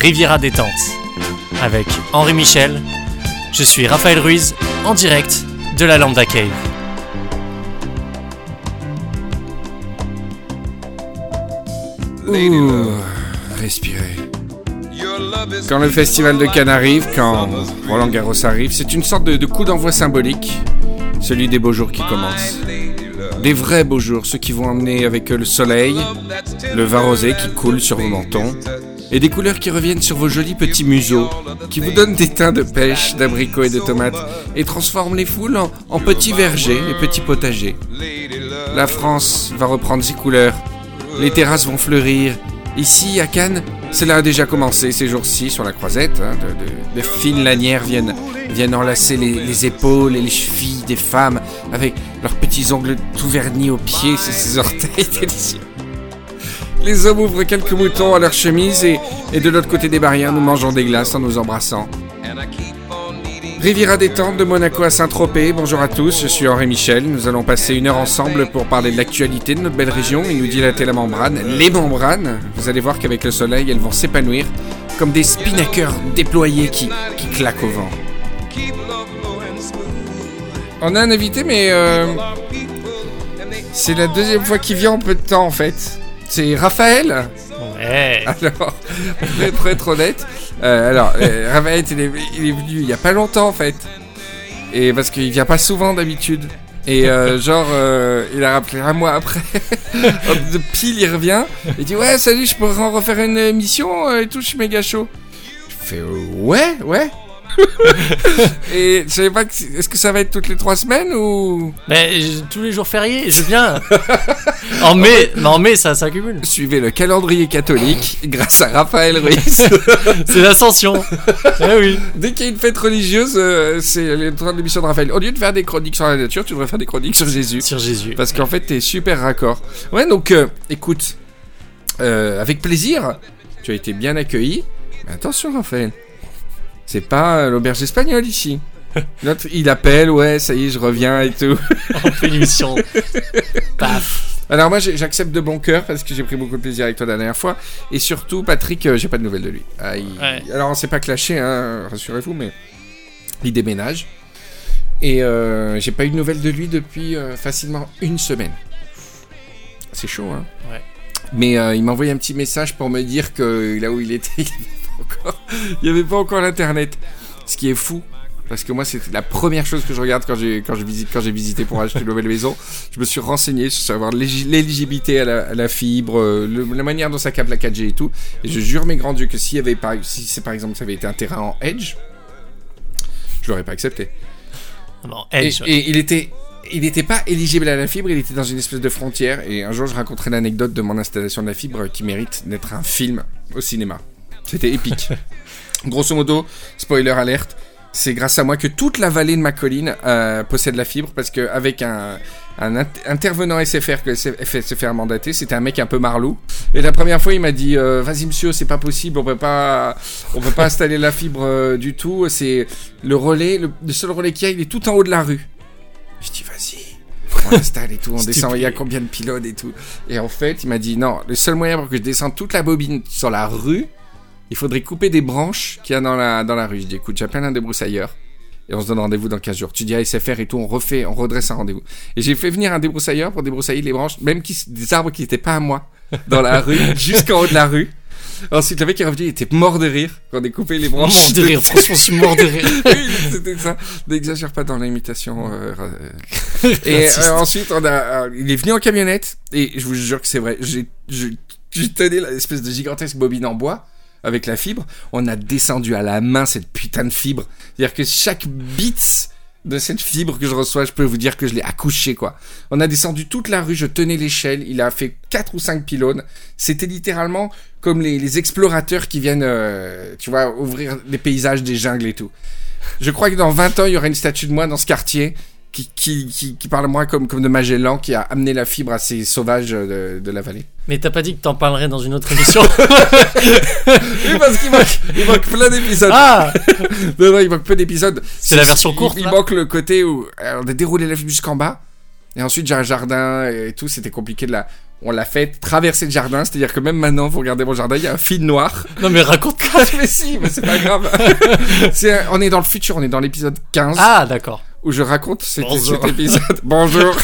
Riviera Détente. Avec Henri Michel, je suis Raphaël Ruiz, en direct de la Lambda Cave. Respirez. Quand le festival de Cannes arrive, quand Roland Garros arrive, c'est une sorte de coup d'envoi symbolique, celui des beaux jours qui commencent. Des vrais beaux jours, ceux qui vont emmener avec eux le soleil, le vin rosé qui coule sur vos mentons, et des couleurs qui reviennent sur vos jolis petits museaux, qui vous donnent des teints de pêche, d'abricots et de tomates, et transforment les foules en petits vergers et petits potagers. La France va reprendre ses couleurs, les terrasses vont fleurir. Ici, à Cannes, cela a déjà commencé ces jours-ci sur la croisette. De fines lanières viennent enlacer les épaules et les chevilles des femmes avec leurs petits ongles tout vernis aux pieds, ces orteils délicieux. Les hommes ouvrent quelques moutons à leurs chemises et de l'autre côté des barrières, nous mangeons des glaces en nous embrassant. Riviera Détente de Monaco à Saint-Tropez, bonjour à tous, je suis Henri Michel. Nous allons passer 1 heure ensemble pour parler de l'actualité de notre belle région et nous dilater la membrane. Les membranes, vous allez voir qu'avec le soleil, elles vont s'épanouir comme des spinnackers déployés qui claquent au vent. On a un invité, mais c'est la deuxième fois qu'il vient en peu de temps en fait. C'est Raphaël. Ouais. Alors, pour être honnête, Raphaël, il est venu il y a pas longtemps en fait, et parce qu'il vient pas souvent d'habitude, et il a rappelé un mois après, de pile il revient, il dit ouais salut, je pourrais en refaire une émission et tout, je suis méga chaud. Je fais ouais. Et je savais pas est-ce que ça va être toutes les 3 semaines ou... Mais tous les jours fériés, je viens. En mai, ça s'accumule. Suivez le calendrier catholique grâce à Raphaël Ruiz. C'est l'ascension. Eh oui. Dès qu'il y a une fête religieuse, c'est l'émission de Raphaël. Au lieu de faire des chroniques sur la nature, tu devrais faire des chroniques sur Jésus. Sur Jésus. Parce qu'en fait, t'es super raccord. Ouais, donc écoute, avec plaisir, tu as été bien accueilli. Mais attention, Raphaël. C'est pas l'auberge espagnole ici. L'autre, il appelle, ouais, ça y est, je reviens et tout. On fait l'émission. Paf. Alors moi, j'accepte de bon cœur parce que j'ai pris beaucoup de plaisir avec toi la dernière fois. Et surtout, Patrick, j'ai pas de nouvelles de lui. Ouais. Alors, on s'est pas clashé, hein, rassurez-vous, mais il déménage. Et j'ai pas eu de nouvelles de lui depuis facilement 1 semaine. C'est chaud, hein. Ouais. Mais il m'a envoyé un petit message pour me dire que là où il était... il n'y avait pas encore l'internet, ce qui est fou parce que moi c'est la première chose que je regarde quand j'ai visité pour acheter une nouvelle maison. Je me suis renseigné sur savoir l'éligibilité à la fibre, la manière dont ça capte la 4G et tout, et je jure mes grands dieux que si par exemple ça avait été un terrain en Edge, je l'aurais pas accepté. Non, Edge. Et il était pas éligible à la fibre, il était dans une espèce de frontière, et un jour je raconterai l'anecdote de mon installation de la fibre qui mérite d'être un film au cinéma. C'était épique. Grosso modo, spoiler alerte, c'est grâce à moi que toute la vallée de ma colline possède la fibre, parce qu'avec un intervenant SFR que SFR a mandaté, c'était un mec un peu marlou. Et la première fois, il m'a dit vas-y monsieur, c'est pas possible, on peut pas installer la fibre du tout. C'est le relais, le seul relais qu'il y a, il est tout en haut de la rue. Je dis vas-y. On installe et tout, on descend, il y a combien de pylônes et tout. Et en fait, il m'a dit non, le seul moyen pour que je descende toute la bobine sur la rue, il faudrait couper des branches qu'il y a dans la rue. Je dis écoute, j'appelle un débroussailleur et on se donne rendez-vous dans 15 jours. Tu dis à SFR et tout, on redresse un rendez-vous. Et j'ai fait venir un débroussailleur pour débroussailler les branches, même des arbres qui n'étaient pas à moi, dans la rue, jusqu'en haut de la rue. Ensuite, le mec est revenu, il était mort de rire quand on a coupé les branches. Mort de rire, franchement, je suis mort de rire. C'était ça. N'exagère pas dans l'imitation. Et ensuite, il est venu en camionnette, et je vous jure que c'est vrai. J'ai tenu l'espèce de gigantesque bobine en bois avec la fibre. On a descendu à la main cette putain de fibre. C'est-à-dire que chaque bits de cette fibre que je reçois, je peux vous dire que je l'ai accouché, quoi. On a descendu toute la rue, je tenais l'échelle, il a fait 4 ou 5 pylônes. C'était littéralement comme les explorateurs qui viennent, tu vois, ouvrir des paysages, des jungles et tout. Je crois que dans 20 ans, il y aura une statue de moi dans ce quartier qui parle moi comme de Magellan, qui a amené la fibre à ces sauvages de la vallée. Mais t'as pas dit que t'en parlerais dans une autre émission? Oui, parce qu'il manque plein d'épisodes. Ah non, il manque peu d'épisodes. C'est la version courte. Il manque le côté où on a déroulé la fibre jusqu'en bas, et ensuite j'ai un jardin et tout, c'était compliqué on l'a fait traverser le jardin, c'est-à-dire que même maintenant, vous regardez mon jardin, il y a un fil noir. Non mais raconte. Mais si, mais c'est pas grave. On est dans le futur, on est dans l'épisode 15. Ah d'accord. Où je raconte cet épisode. Bonjour.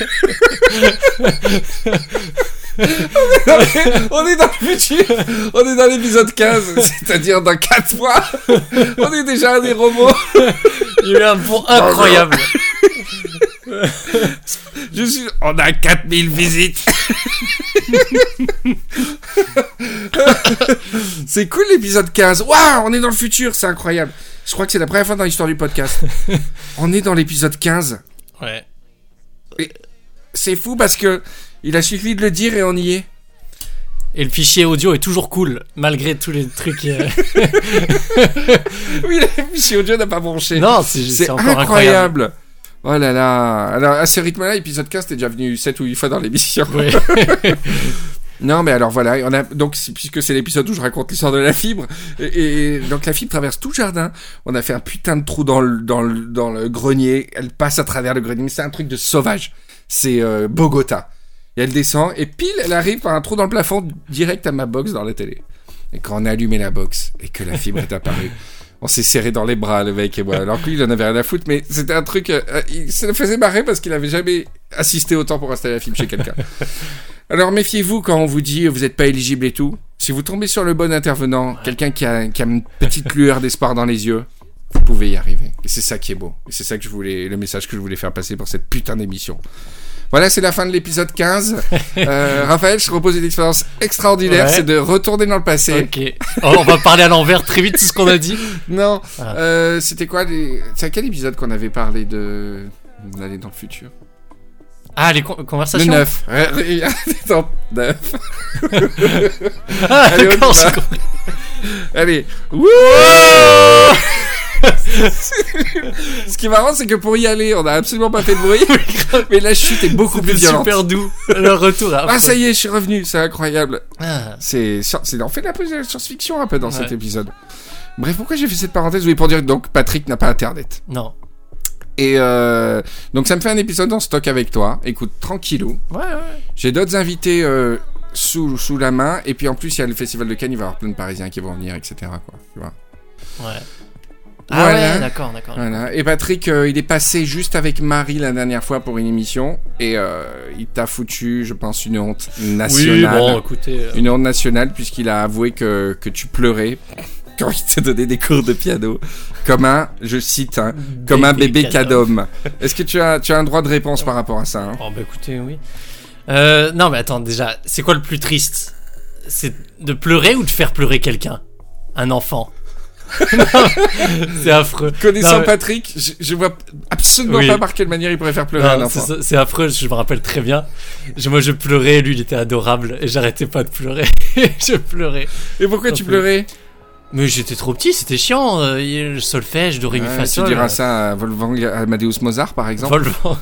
On est dans le futur. On est dans l'épisode 15, c'est-à-dire dans 4 mois. On est déjà à des robots. Il y a eu un bond incroyable. On a 4000 visites. C'est cool l'épisode 15. Waouh, on est dans le futur, c'est incroyable. Je crois que c'est la première fois dans l'histoire du podcast. On est dans l'épisode 15. Ouais. Et c'est fou parce que il a suffi de le dire et on y est. Et le fichier audio est toujours cool, malgré tous les trucs. Oui, le fichier audio n'a pas branché. Non, c'est encore incroyable. Oh là là. Alors, à ce rythme-là, l'épisode 15, t'es déjà venu 7 ou 8 fois dans l'émission. Oui. Non, mais alors voilà, puisque c'est l'épisode où je raconte l'histoire de la fibre, et donc la fibre traverse tout le jardin. On a fait un putain de trou dans le grenier. Elle passe à travers le grenier, mais c'est un truc de sauvage. C'est Bogota. Et elle descend, et pile, elle arrive par un trou dans le plafond, direct à ma box dans la télé. Et quand on a allumé la box, et que la fibre est apparue, on s'est serré dans les bras, le mec et moi. Alors que lui, il en avait rien à foutre, mais c'était un truc... ça le faisait marrer parce qu'il avait jamais assisté autant pour installer la fibre chez quelqu'un. Alors méfiez-vous quand on vous dit vous n'êtes pas éligible et tout. Si vous tombez sur le bon intervenant, quelqu'un qui a une petite lueur d'espoir dans les yeux, vous pouvez y arriver. Et c'est ça qui est beau. Et c'est ça que le message que je voulais faire passer pour cette putain d'émission. Voilà, c'est la fin de l'épisode 15. Raphaël, je te propose une expérience extraordinaire, c'est de retourner dans le passé. Ok. Oh, on va parler à l'envers très vite, tout ce qu'on a dit. Non. C'était quoi c'est à quel épisode qu'on avait parlé d'aller dans le futur? Ah, les conversations. Le 9. Attends, 9. Ah, allez, d'accord, j'ai compris. Allez. Wouh. Ce qui est marrant, c'est que pour y aller, on n'a absolument pas fait de bruit. Mais la chute est beaucoup plus violente. Super doux. Le retour. Ah, ça y est, je suis revenu. C'est incroyable. Ah. On fait de la science-fiction un peu dans cet épisode. Bref, pourquoi j'ai fait cette parenthèse? Oui, pour dire que donc Patrick n'a pas Internet. Non. Et donc ça me fait un épisode en stock avec toi. Écoute, tranquillou. Ouais. J'ai d'autres invités sous la main. Et puis en plus, il y a le Festival de Cannes. Il va y avoir plein de Parisiens qui vont venir, etc. Quoi, tu vois. Ouais. Ah voilà. Ouais, d'accord. Voilà. Et Patrick, il est passé juste avec Marie la dernière fois pour une émission. Et il t'a foutu, je pense, une honte nationale. Oui, bon, écoutez... Une honte nationale puisqu'il a avoué que tu pleurais quand il t'a donné des cours de piano. Comme un, je cite, comme un bébé cadom. Est-ce que tu as un droit de réponse par rapport à ça? Oh bah écoutez, oui. Non mais attends, déjà, c'est quoi le plus triste? C'est de pleurer ou de faire pleurer quelqu'un? Un enfant? Non, c'est affreux. Connaissant Patrick, je vois absolument pas par quelle manière il pourrait faire pleurer un enfant. C'est affreux, je me rappelle très bien. Moi je pleurais, lui il était adorable et j'arrêtais pas de pleurer. Je pleurais. Et pourquoi tu pleurais? Mais j'étais trop petit, c'était chiant. Le solfège, do ré mi fa sol. Tu diras ça à Wolfgang Amadeus Mozart par exemple.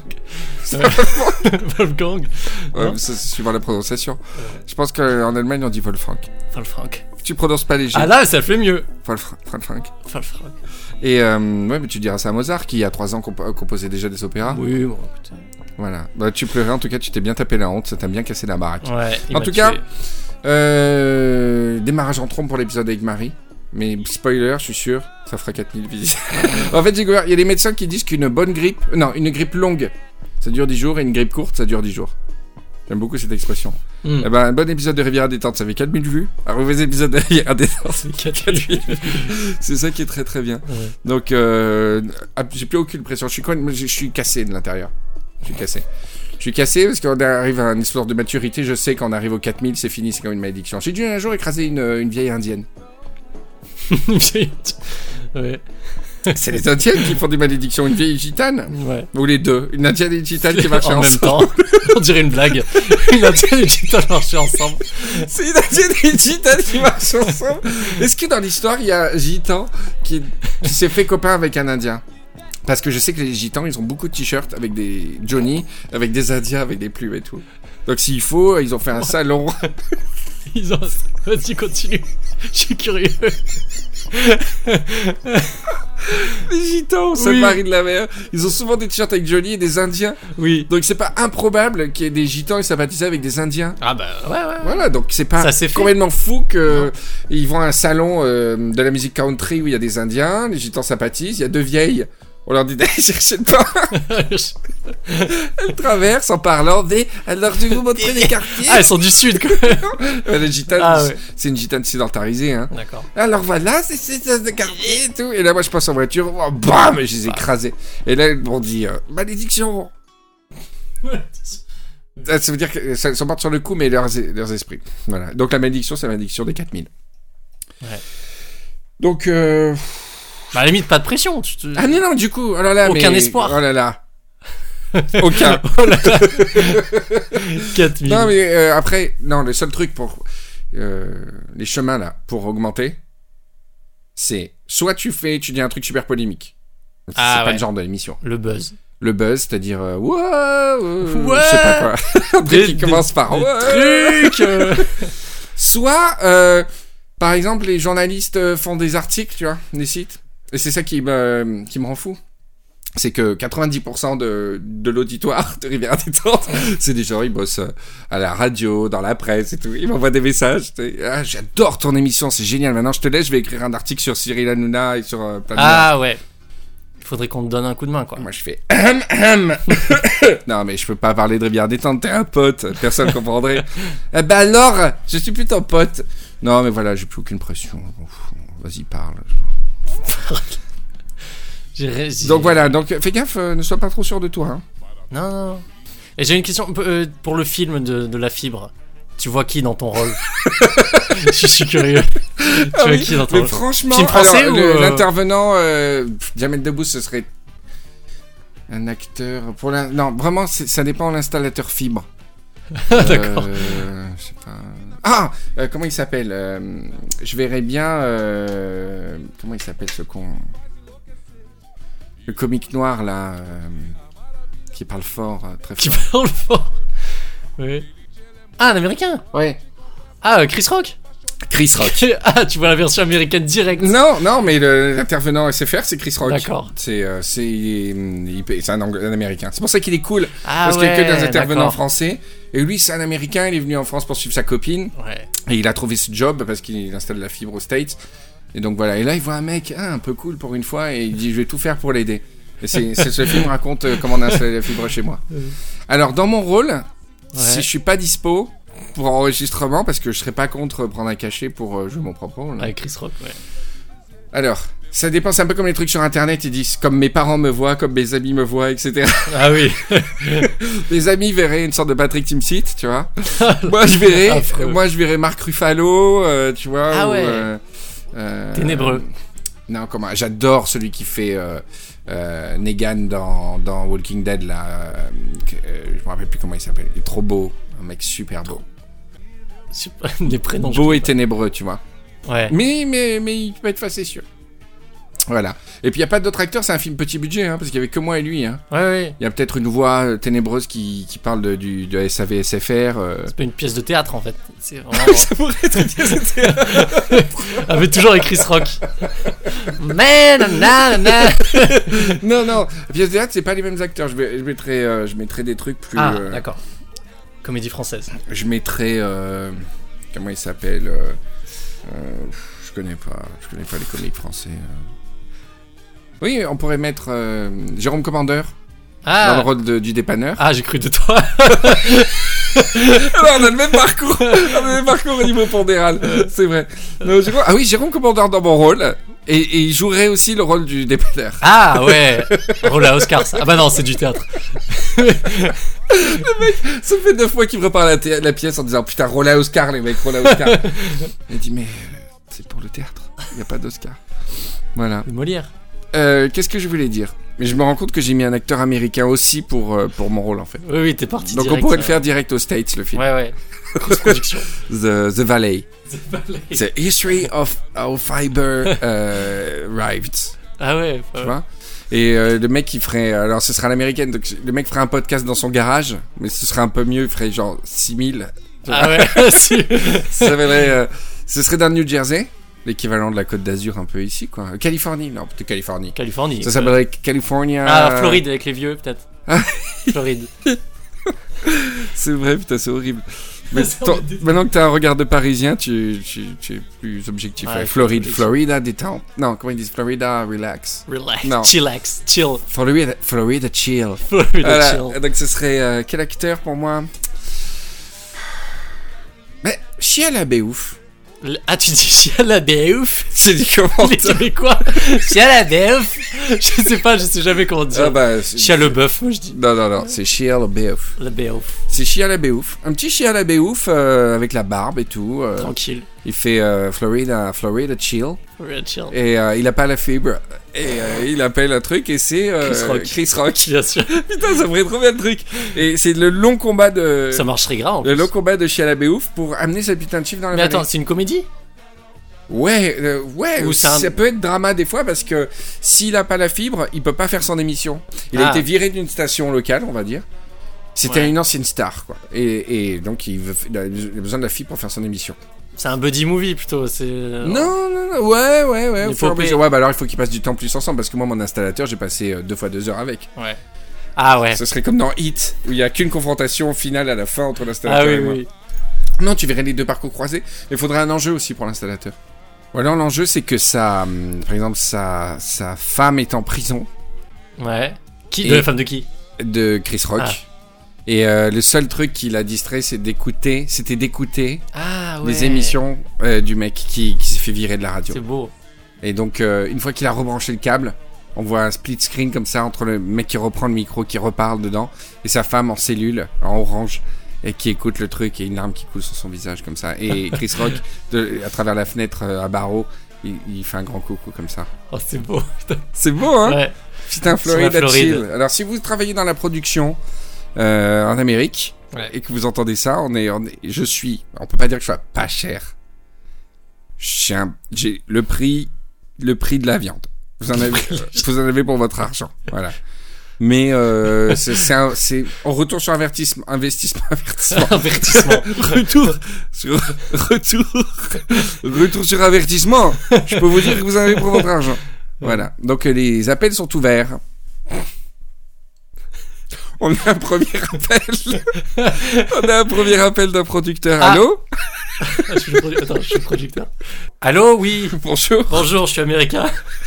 Wolfgang. Ouais, ça, c'est suivant la prononciation. Je pense qu'en Allemagne on dit Wolfgang. Tu prononces pas les G. Ah là, ça fait mieux. Wolfgang. Et ouais, mais tu diras ça à Mozart qui, il y a 3 ans, composait déjà des opéras. Oui, bon, écoute. Voilà. Bah, tu pleurais, en tout cas, tu t'es bien tapé la honte, ça t'a bien cassé la baraque. Ouais, en tout cas, démarrage en trompe pour l'épisode avec Marie. Mais spoiler, je suis sûr, ça fera 4000 visites. En fait, il y a des médecins qui disent qu'une bonne grippe, une grippe longue, ça dure 10 jours, et une grippe courte, ça dure 10 jours. J'aime beaucoup cette expression. Eh ben, un bon épisode de Riviera Détente, ça fait 4000 vues. Un mauvais épisode de Riviera Détente, ça fait 4000 vues. C'est ça qui est très très bien. Ouais. Donc, j'ai plus aucune pression. Je suis cassé de l'intérieur. Je suis cassé parce qu'on arrive à un histoire de maturité. Je sais qu'on arrive aux 4000, c'est fini, c'est comme une malédiction. J'ai dû un jour écraser une vieille indienne. Ouais. C'est les indiennes qui font des malédictions, une vieille gitane. Ouais. Ou les deux, une indienne et une gitane qui marchent en ensemble. même temps. On dirait une blague. Une indienne et une gitane marchent ensemble. C'est une indienne et une gitane qui marchent ensemble. Est-ce que dans l'histoire il y a un gitan qui s'est fait copain avec un indien? Parce que je sais que les gitans ils ont beaucoup de t-shirts avec des Johnny, avec des indiens, avec des plumes et tout. Donc s'il faut, ils ont fait un salon. Vas-y, continue. Je suis curieux. Les gitans, ça marie de la mer. Ils ont souvent des t-shirts avec Johnny et des Indiens. Oui. Donc c'est pas improbable qu'il y ait des gitans et sympathisés avec des Indiens. Ah bah ouais. Voilà, donc c'est pas Ça s'est fait. complètement fou que ils vont à un salon de la musique country où il y a des Indiens, les gitans sympathisent, il y a 2 vieilles. On leur dit d'aller chercher le pain. Elles traversent en parlant des. Alors je vais vous montrer les quartiers. Ah, elles sont du sud, quoi. Les gitanes, Ah, ouais. c'est une gitane sédentarisée, hein. D'accord. Alors voilà, c'est ce quartier et tout. Et là, moi, je passe en voiture, oh, bam, je les ai écrasés. Et là, elles m'ont dit malédiction. Ça veut dire qu'elles sont mortes sur le coup, mais leurs esprits. Voilà. Donc la malédiction, c'est la malédiction des 4000. Ouais. Donc. Bah, à la limite, pas de pression. Ah non, du coup, oh là là, aucun mais... espoir. Oh là là. Aucun. Oh là là. 4000. Non, mais après, non, le seul truc pour les chemins là, pour augmenter, c'est soit tu dis un truc super polémique. C'est pas le genre de l'émission. Le buzz. Le buzz, c'est-à-dire je sais pas quoi. Un truc qui commence par trucs. Soit, par exemple, les journalistes font des articles, tu vois, des sites. Et c'est ça qui me rend fou. C'est que 90% de l'auditoire de Rivière Détente, c'est des gens, ils bossent à la radio, dans la presse et tout. Ils m'envoient des messages. Ah, j'adore ton émission, c'est génial. Maintenant, je te laisse, je vais écrire un article sur Cyril Hanouna et sur plein de Ah ouais. Il faudrait qu'on te donne un coup de main, quoi. Moi, je fais non, mais je peux pas parler de Rivière Détente, t'es un pote, personne comprendrait. Bah alors, je suis plus ton pote. Non, mais voilà, j'ai plus aucune pression. Vas-y, parle. Donc voilà, donc fais gaffe, ne sois pas trop sûr de toi. Hein. Non. Et j'ai une question pour le film de La Fibre. Tu vois qui dans ton rôle? Je suis curieux. Tu vois qui dans ton rôle? Franchement, film français alors, ou l'intervenant Jamel Debbouze, ce serait un acteur. Non, vraiment, ça dépend de l'installateur fibre. D'accord. Je sais pas. Ah, comment il s'appelle je verrais bien. Comment il s'appelle ce con? Le comique noir là, qui parle fort, très fort. Qui parle fort. Oui. Ah, un américain. Ouais. Ah, Chris Rock. Chris Rock. Ah, tu vois la version américaine directe. Non, mais l'intervenant SFR, c'est Chris Rock. D'accord. C'est un américain. C'est pour ça qu'il est cool. Ah, parce qu'il y a que des intervenants d'accord. français. Et lui, c'est un américain. Il est venu en France pour suivre sa copine. Ouais. Et il a trouvé ce job parce qu'il installe la fibre aux States. Et donc voilà. Et là, il voit un mec un peu cool pour une fois. Et il dit, je vais tout faire pour l'aider. Et ce film raconte comment on a installé la fibre chez moi. Alors, dans mon rôle, si je suis pas dispo pour enregistrement, parce que je serais pas contre prendre un cachet pour jouer mon propre rôle. Avec Chris Rock, ouais. Alors, ça dépend, c'est un peu comme les trucs sur internet, ils disent comme mes parents me voient, comme mes amis me voient, etc. Ah oui. Les amis verraient une sorte de Patrick Timsit, tu vois. moi je verrais Marc Ruffalo, tu vois. Ah ouais. Ténébreux. Non, comment? J'adore celui qui fait Negan dans Walking Dead là. Je me rappelle plus comment il s'appelle. Il est trop beau, un mec super beau. Des prénoms. Beau et ténébreux, tu vois. Ouais. Mais il peut être facile sûr. Voilà. Et puis il y a pas d'autres acteurs, c'est un film petit budget, hein, parce qu'il y avait que moi et lui. Hein. Ouais. Il y a peut-être une voix ténébreuse qui parle de SAV SFR. C'est pas une pièce de théâtre en fait. C'est vraiment... Ça pourrait être une pièce de théâtre. Avec toujours avec Chris Rock. Non. Pièce de théâtre, c'est pas les mêmes acteurs. Je mettrais des trucs plus. Ah, d'accord. Comédie française. Je mettrais. Comment il s'appelle je connais pas les comiques français. Oui, on pourrait mettre Jérôme Commandeur dans le rôle du dépanneur. Ah, j'ai cru de toi. Alors, on a le même parcours au niveau pondéral, c'est vrai. Non, Jérôme Commandeur dans mon rôle, et il jouerait aussi le rôle du dépanneur. Ah ouais, rôle à Oscar ça. Ah bah non, c'est du théâtre. Le mec, ça fait 9 fois qu'il prépare la pièce en disant putain, rôle à Oscar les mecs, rôle à Oscar. Il dit mais c'est pour le théâtre, il n'y a pas d'Oscar. Voilà. Molière. Qu'est-ce que je voulais dire? Mais je me rends compte que j'ai mis un acteur américain aussi pour mon rôle en fait. Oui, t'es parti. Donc direct, on pourrait le faire direct aux States le film. Ouais. Grosse production. The Valley. The History of How Fiber Arrived. Ah ouais. Tu vois? Et le mec qui ferait... Alors ce sera l'américaine, donc le mec ferait un podcast dans son garage, mais ce serait un peu mieux, il ferait genre 6000. Ah ouais, si. Ça s'appellerait... ce serait dans le New Jersey. l'équivalent de la Côte d'Azur un peu ici, quoi. Californie, non, plutôt Californie. Californie. Ça s'appellerait California. Ah, Floride avec les vieux, peut-être. Floride. C'est vrai, putain, c'est horrible. Mais C'est horrible. maintenant que t'as un regard de Parisien, tu es plus objectif. Ouais, Floride, plus Florida détente. Non, comment ils disent Florida relax. Relax. Non. Chillax. Chill. Florida chill. Florida Voilà. chill. Donc ce serait quel acteur pour moi? Mais Shia LaBeouf. Ah, tu dis Chia la Béouf? C'est dit comment? Les Québécois. Chia la Béouf? Je sais jamais comment dire. Ah bah, Chia le bœuf, moi je dis. Non, c'est Shia LaBeouf. La Béouf. C'est Shia LaBeouf. Un petit Shia LaBeouf avec la barbe et tout. Tranquille. Il fait Florida chill. Real chill. Et il a pas la fibre. Et il appelle un truc et c'est Chris Rock. Bien sûr. Putain, ça ferait trop bien le truc. Et c'est le long combat de. Ça marcherait grave en Le plus. long combat de Shia LaBeouf pour amener sa putain de chiffre dans la Mais vallée. attends, c'est une comédie? Ouais, Ou c'est un- ça peut être drama des fois parce que s'il a pas la fibre, il peut pas faire son émission. Il a Ah. été viré d'une station locale, on va dire. C'était Ouais. une ancienne star, quoi. Et donc il a besoin de la fibre pour faire son émission. C'est un buddy movie plutôt. C'est. Non, ouais. Une Faut épopée. ouais, bah alors il faut qu'il passe du temps plus ensemble parce que moi, mon installateur, j'ai passé 2 fois 2 heures avec. Ouais. Ah ouais. Ce serait comme dans Hit, où il y a qu'une confrontation finale à la fin entre Ah l'installateur oui, et moi. oui. Non, tu verrais les deux parcours croisés. Mais il faudrait un enjeu aussi pour l'installateur. Ou alors l'enjeu, c'est que par exemple, sa femme est en prison Ouais. Qui? Et- De la femme de qui? de Chris Rock. Ah. Et le seul truc qui l'a distrait, c'était d'écouter Ah ouais. les émissions du mec qui s'est fait virer de la radio. C'est beau. Et donc, une fois qu'il a rebranché le câble, on voit un split screen comme ça entre le mec qui reprend le micro, qui reparle dedans, et sa femme en cellule, en orange, et qui écoute le truc, et une larme qui coule sur son visage comme ça. Et Chris Rock, à travers la fenêtre à barreaux, il fait un grand coucou comme ça. Oh, c'est beau. Putain. C'est beau, hein? Ouais. Putain, Sur la Florida Floride. chill. Alors, si vous travaillez dans la production en Amérique, Ouais. et que vous entendez ça, on peut pas dire que je sois pas cher. J'ai le prix de la viande. Vous en avez pour votre argent. Voilà. Mais c'est on retourne sur investissement. Avertissement. Retour sur avertissement. Je peux vous dire que vous en avez pour votre argent. Voilà. Donc les appels sont ouverts. On a un premier appel. On a un premier appel d'un producteur. Ah. Allô? Attends, je suis le producteur. Allô, oui. Bonjour. Bonjour, je suis américain.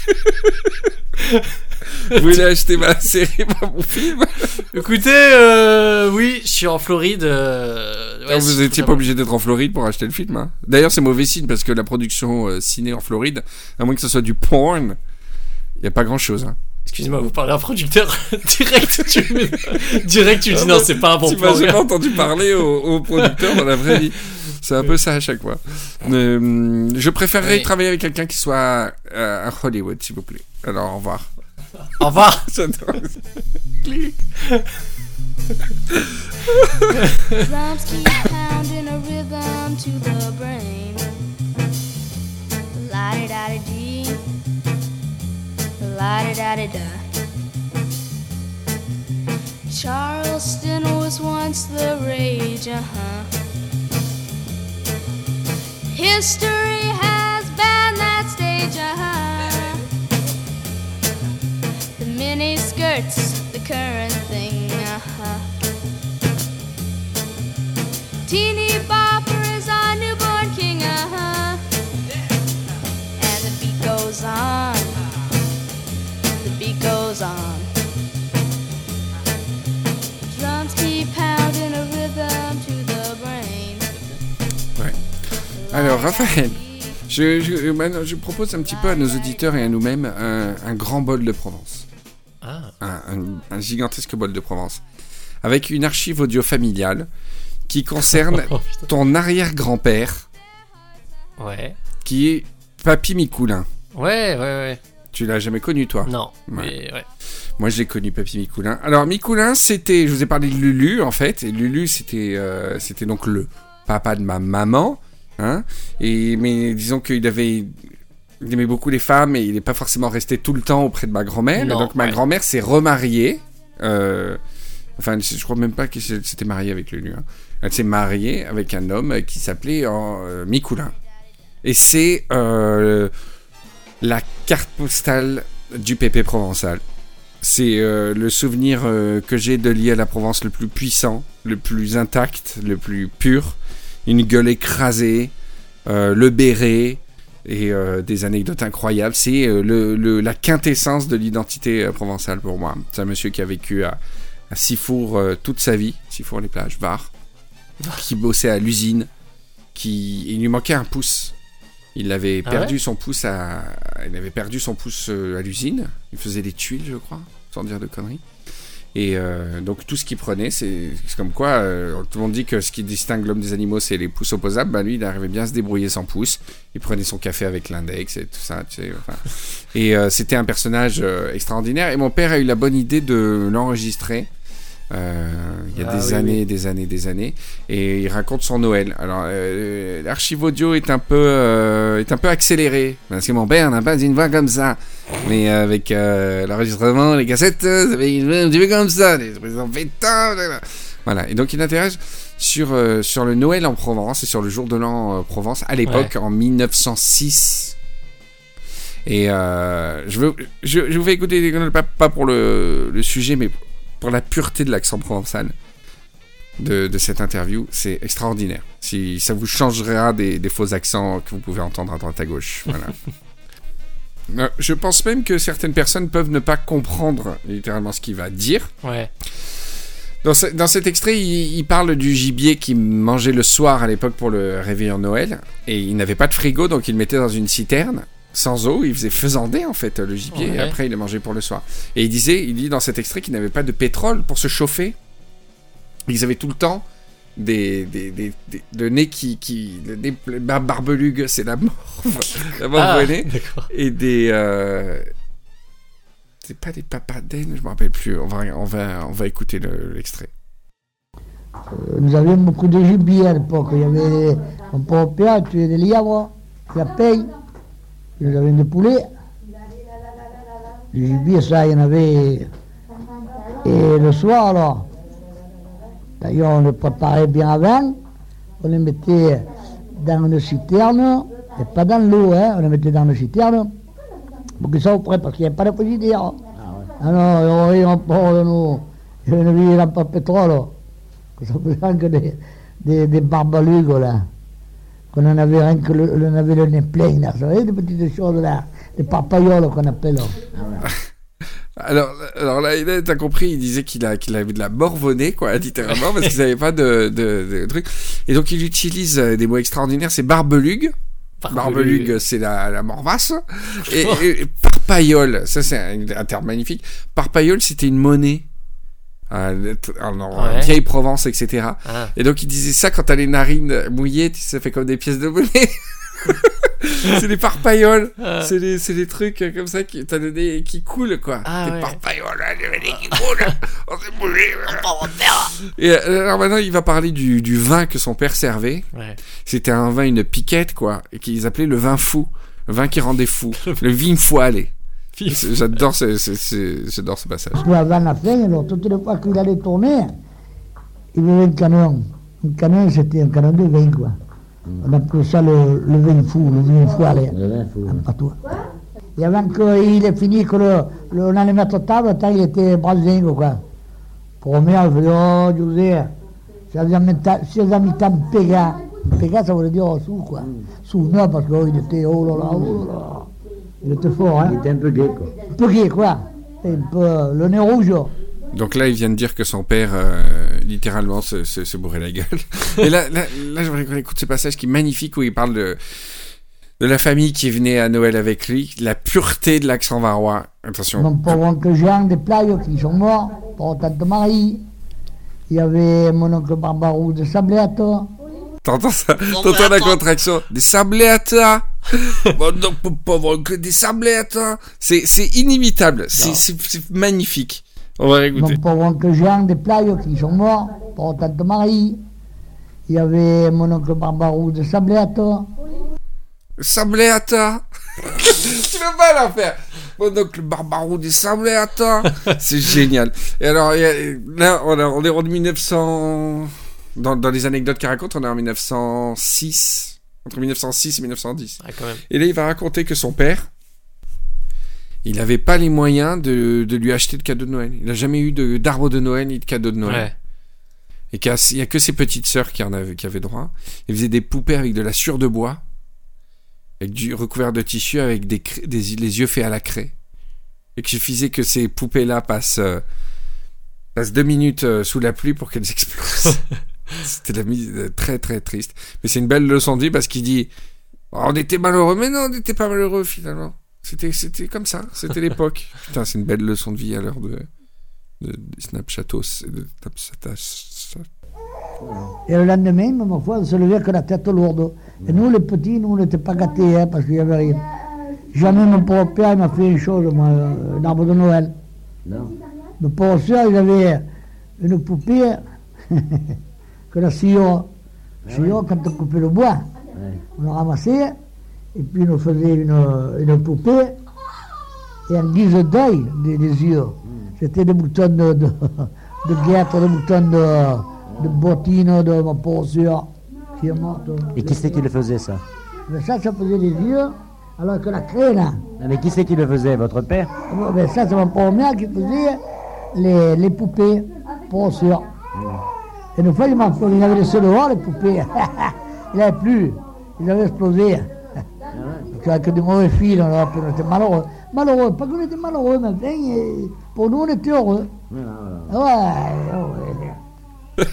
Vous voulez acheter ma série, mon film? Écoutez, oui, je suis en Floride. Ouais, Vous étiez pas obligé d'être en Floride pour acheter le film. Hein. D'ailleurs, c'est mauvais signe parce que la production ciné en Floride, à moins que ce soit du porn, il n'y a pas grand chose. Hein. Excusez-moi, vous parlez à un producteur direct, tu me dis non, c'est pas un bon Tu plan. m'as jamais entendu parler au producteur dans la vraie vie. C'est un peu ça à chaque fois. Je préférerais Oui. travailler avec quelqu'un qui soit à Hollywood, s'il vous plaît. Alors, au revoir. Au revoir. J'adore. Drums keep pounding a rhythm to the brain. La-di-da-di-dee, la-di-da-di-da. Charleston was once the rage, History has banned that stage, The mini skirts, the current thing, Teeny bopper is our newborn king, And the beat goes on, the beat goes on. Drums keep pounding a rhythm to the brain. Alors, Raphaël, maintenant, je propose un petit peu à nos auditeurs et à nous-mêmes un grand bol de Provence. Ah. Un gigantesque bol de Provence. Avec une archive audio familiale qui concerne Oh, putain. ton arrière-grand-père, Ouais. qui est Papy Micoulin. Ouais. Tu l'as jamais connu, toi? Non, Ouais. mais ouais. Moi, je l'ai connu, Papy Micoulin. Alors, Micoulin, je vous ai parlé de Lulu, en fait. Et Lulu, c'était donc le papa de ma maman. Hein, mais disons qu'il aimait beaucoup les femmes et il n'est pas forcément resté tout le temps auprès de ma grand-mère. Non, Donc, ma ouais. grand-mère s'est remariée. Enfin, je crois même pas qu'elle s'était mariée avec Lulu. Hein. Elle s'est mariée avec un homme qui s'appelait Micoulin. Et c'est la carte postale du pépé provençal. C'est le souvenir que j'ai de lié à la Provence le plus puissant, le plus intact, le plus pur. Une gueule écrasée, le béret et des anecdotes incroyables. C'est la quintessence de l'identité provençale pour moi. C'est un monsieur qui a vécu à Sifour toute sa vie, Sifour-les-Plages, Var, qui bossait à l'usine, il lui manquait un pouce. Il avait perdu son pouce à l'usine. Il faisait des tuiles, je crois, sans dire de conneries. Et donc tout ce qu'il prenait, c'est comme quoi tout le monde dit que ce qui distingue l'homme des animaux, c'est les pouces opposables. Ben lui, il arrivait bien à se débrouiller sans pouce. Il prenait son café avec l'index et tout ça. Tu sais, enfin. Et c'était un personnage extraordinaire. Et mon père a eu la bonne idée de l'enregistrer. Il y a des années, et il raconte son Noël. Alors l'archive audio est un peu accéléré parce que mon père n'a pas une voix comme ça, mais avec l'enregistrement, les cassettes, ça fait une voix un petit peu comme ça, les pétants, voilà. Et donc il interroge sur le Noël en Provence et sur le jour de l'an Provence à l'époque, en 1906. Et je vous fais écouter, pas pour le sujet, mais pour la pureté de l'accent provençal de cette interview. C'est extraordinaire. Si ça vous changera des faux accents que vous pouvez entendre à droite à gauche. Voilà. Je pense même que certaines personnes peuvent ne pas comprendre littéralement ce qu'il va dire. Ouais. Dans cet extrait, il parle du gibier qu'il mangeait le soir à l'époque pour le réveillon Noël. Et il n'avait pas de frigo, donc il le mettait dans une citerne. Sans eau, il faisait faisander en fait le gibier, et après il le mangeait pour le soir. Et il dit dans cet extrait qu'il n'avait pas de pétrole pour se chauffer. Ils avaient tout le temps le nez le nez barbelugue, c'est la morve nez, et c'est pas des papadènes, je me rappelle plus. On va écouter l'extrait. Nous avions beaucoup de gibier à l'époque. Il y avait un père, il tuait des lièvres, la paye. Nous avions des poulets. Du gibier, ça, il y en avait. Et le soir, alors, d'ailleurs, on le préparait bien avant. On le mettait dans une citerne, et pas dans l'eau, hein. On le mettait dans une citerne, pour que ça soit prêt, parce qu'il n'y avait pas de frigidaire. Alors, il ne avait pas de pétrole. Ça faisait que des barbelugues, là. Qu'on en avait rien que on avait le nez plein, là. Vous savez, des petites choses, là. Des papayoles qu'on appelle, là. Alors là, t'as compris, il disait qu'il avait de la morve au nez, quoi, littéralement, parce qu'ils n'avaient pas de truc. Et donc, il utilise des mots extraordinaires, c'est barbelugue. Barbelugue, c'est la morvasse. Et parpayole, ça, c'est un terme magnifique. Parpayole, c'était une monnaie. En vieille Provence, etc. Et donc il disait ça quand t'as les narines mouillées, ça fait comme des pièces de monnaie. C'est des parpailloles. C'est des trucs comme ça qui t'as le nez qui coule, quoi. Des parpailloles, le nez qui coule. On s'est bougé. Et alors maintenant il va parler du vin que son père servait. C'était un vin, une piquette, quoi, et qu'ils appelaient le vin fou, le vin qui rendait fou, le vin foilé. J'adore ce passage. Avant la fin, alors, toutes les fois qu'il allait tourner, il y avait un canon. Un canon, c'était un canon de vin, quoi. On appelait ça le vin fou, le vin foiré. Le vin fou. En patois. Et avant qu'il ait fini, on allait mettre table, il était brasingo, quoi. Première, il faisait, oh, José, si les amis t'ont péga. Péga, ça voulait dire sous, quoi. Sous, non, parce qu'il était, oh là là. Il était fort, hein. Il était un peu gay, quoi. Un peu gay, quoi. Un peu le nez rouge. Donc là, il vient de dire que son père, littéralement, se bourrait la gueule. Et là, j'aimerais qu'on écoute ce passage qui est magnifique, où il parle de la famille qui venait à Noël avec lui, la pureté de l'accent varois. Attention. Mon pauvre oncle Jean des Playes qui sont morts, pour tante Marie. Il y avait mon oncle Barbarou de Sabléate. T'entends ça? T'entends la contraction? Des sabléates. Bon, donc, pauvre oncle, des sabléates. C'est inimitable. C'est magnifique. On va écouter. Mon pauvre oncle Jean des Playes qui sont morts, pour tante Marie. Il y avait mon oncle Barbarou de Sabléate. Sabléate. Tu peux pas la faire. Mon oncle Barbarou des Sabléates. C'est génial. Et alors, là, on est en 1900... Dans les anecdotes qu'il raconte, on est en 1906. entre 1906 et 1910. Ah, quand même. Et là, il va raconter que son père, il n'avait pas les moyens de lui acheter de cadeaux de Noël. Il n'a jamais eu d'arbre de Noël ni de cadeaux de Noël. Ouais. Et qu'il n'y a que ses petites sœurs qui avaient droit. Il faisait des poupées avec de la sciure de bois, avec du recouvert de tissu, avec les yeux faits à la craie. Et qu'il suffisait que ces poupées-là passent 2 minutes sous la pluie pour qu'elles explosent. C'était la mise très très triste. Mais c'est une belle leçon de vie parce qu'il dit on était malheureux, mais non, on n'était pas malheureux finalement. C'était comme ça, c'était l'époque. Putain, c'est une belle leçon de vie à l'heure de Snapchatos et de Snapchatos. Et le lendemain, ma foi, on se levait avec la tête lourde. Et nous, les petits, nous, on n'était pas gâtés, hein, parce qu'il n'y avait rien. Jamais mon pauvre père il m'a fait une chose, moi, un arbre de Noël. Non. Mon pauvre soeur, il avait une poupée que la sciure. Sciure, quand on coupait le bois, on la ramassait, et puis on faisait une poupée, et en guise d'œil des yeux. C'était des boutons de guêtres, des boutons de bottines de ma pauvre soeur qui est morte. Et qui c'est qui le faisait, ça? Mais ça faisait des yeux, alors que la craie, là. Ah, mais qui c'est qui le faisait, votre père? Mais ça, c'est mon pauvre mère qui faisait les poupées, pauvre soeur. Et une fois, il avait laissé dehors, les poupées. Il n'avait plus. Il avait explosé. Avec des mauvais fils, on était malheureux. Malheureux, pas qu'on était malheureux, mais enfin, pour nous, on était heureux. Ouais.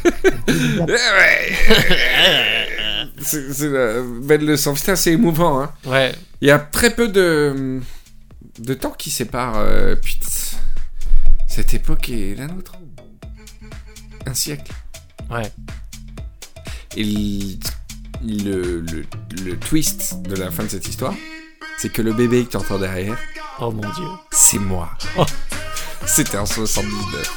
C'est la belle leçon. Putain, c'est émouvant. Hein. Ouais. Il y a très peu de temps qui sépare putain, cette époque et la nôtre. Un siècle. Ouais. Et le twist de la fin de cette histoire, c'est que le bébé que tu entends derrière, Oh mon Dieu. c'est moi. Oh. C'était en 79.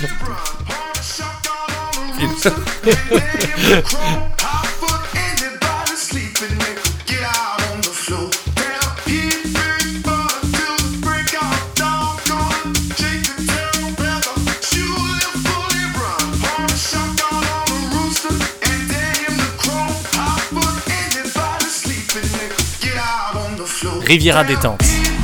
Riviera détente.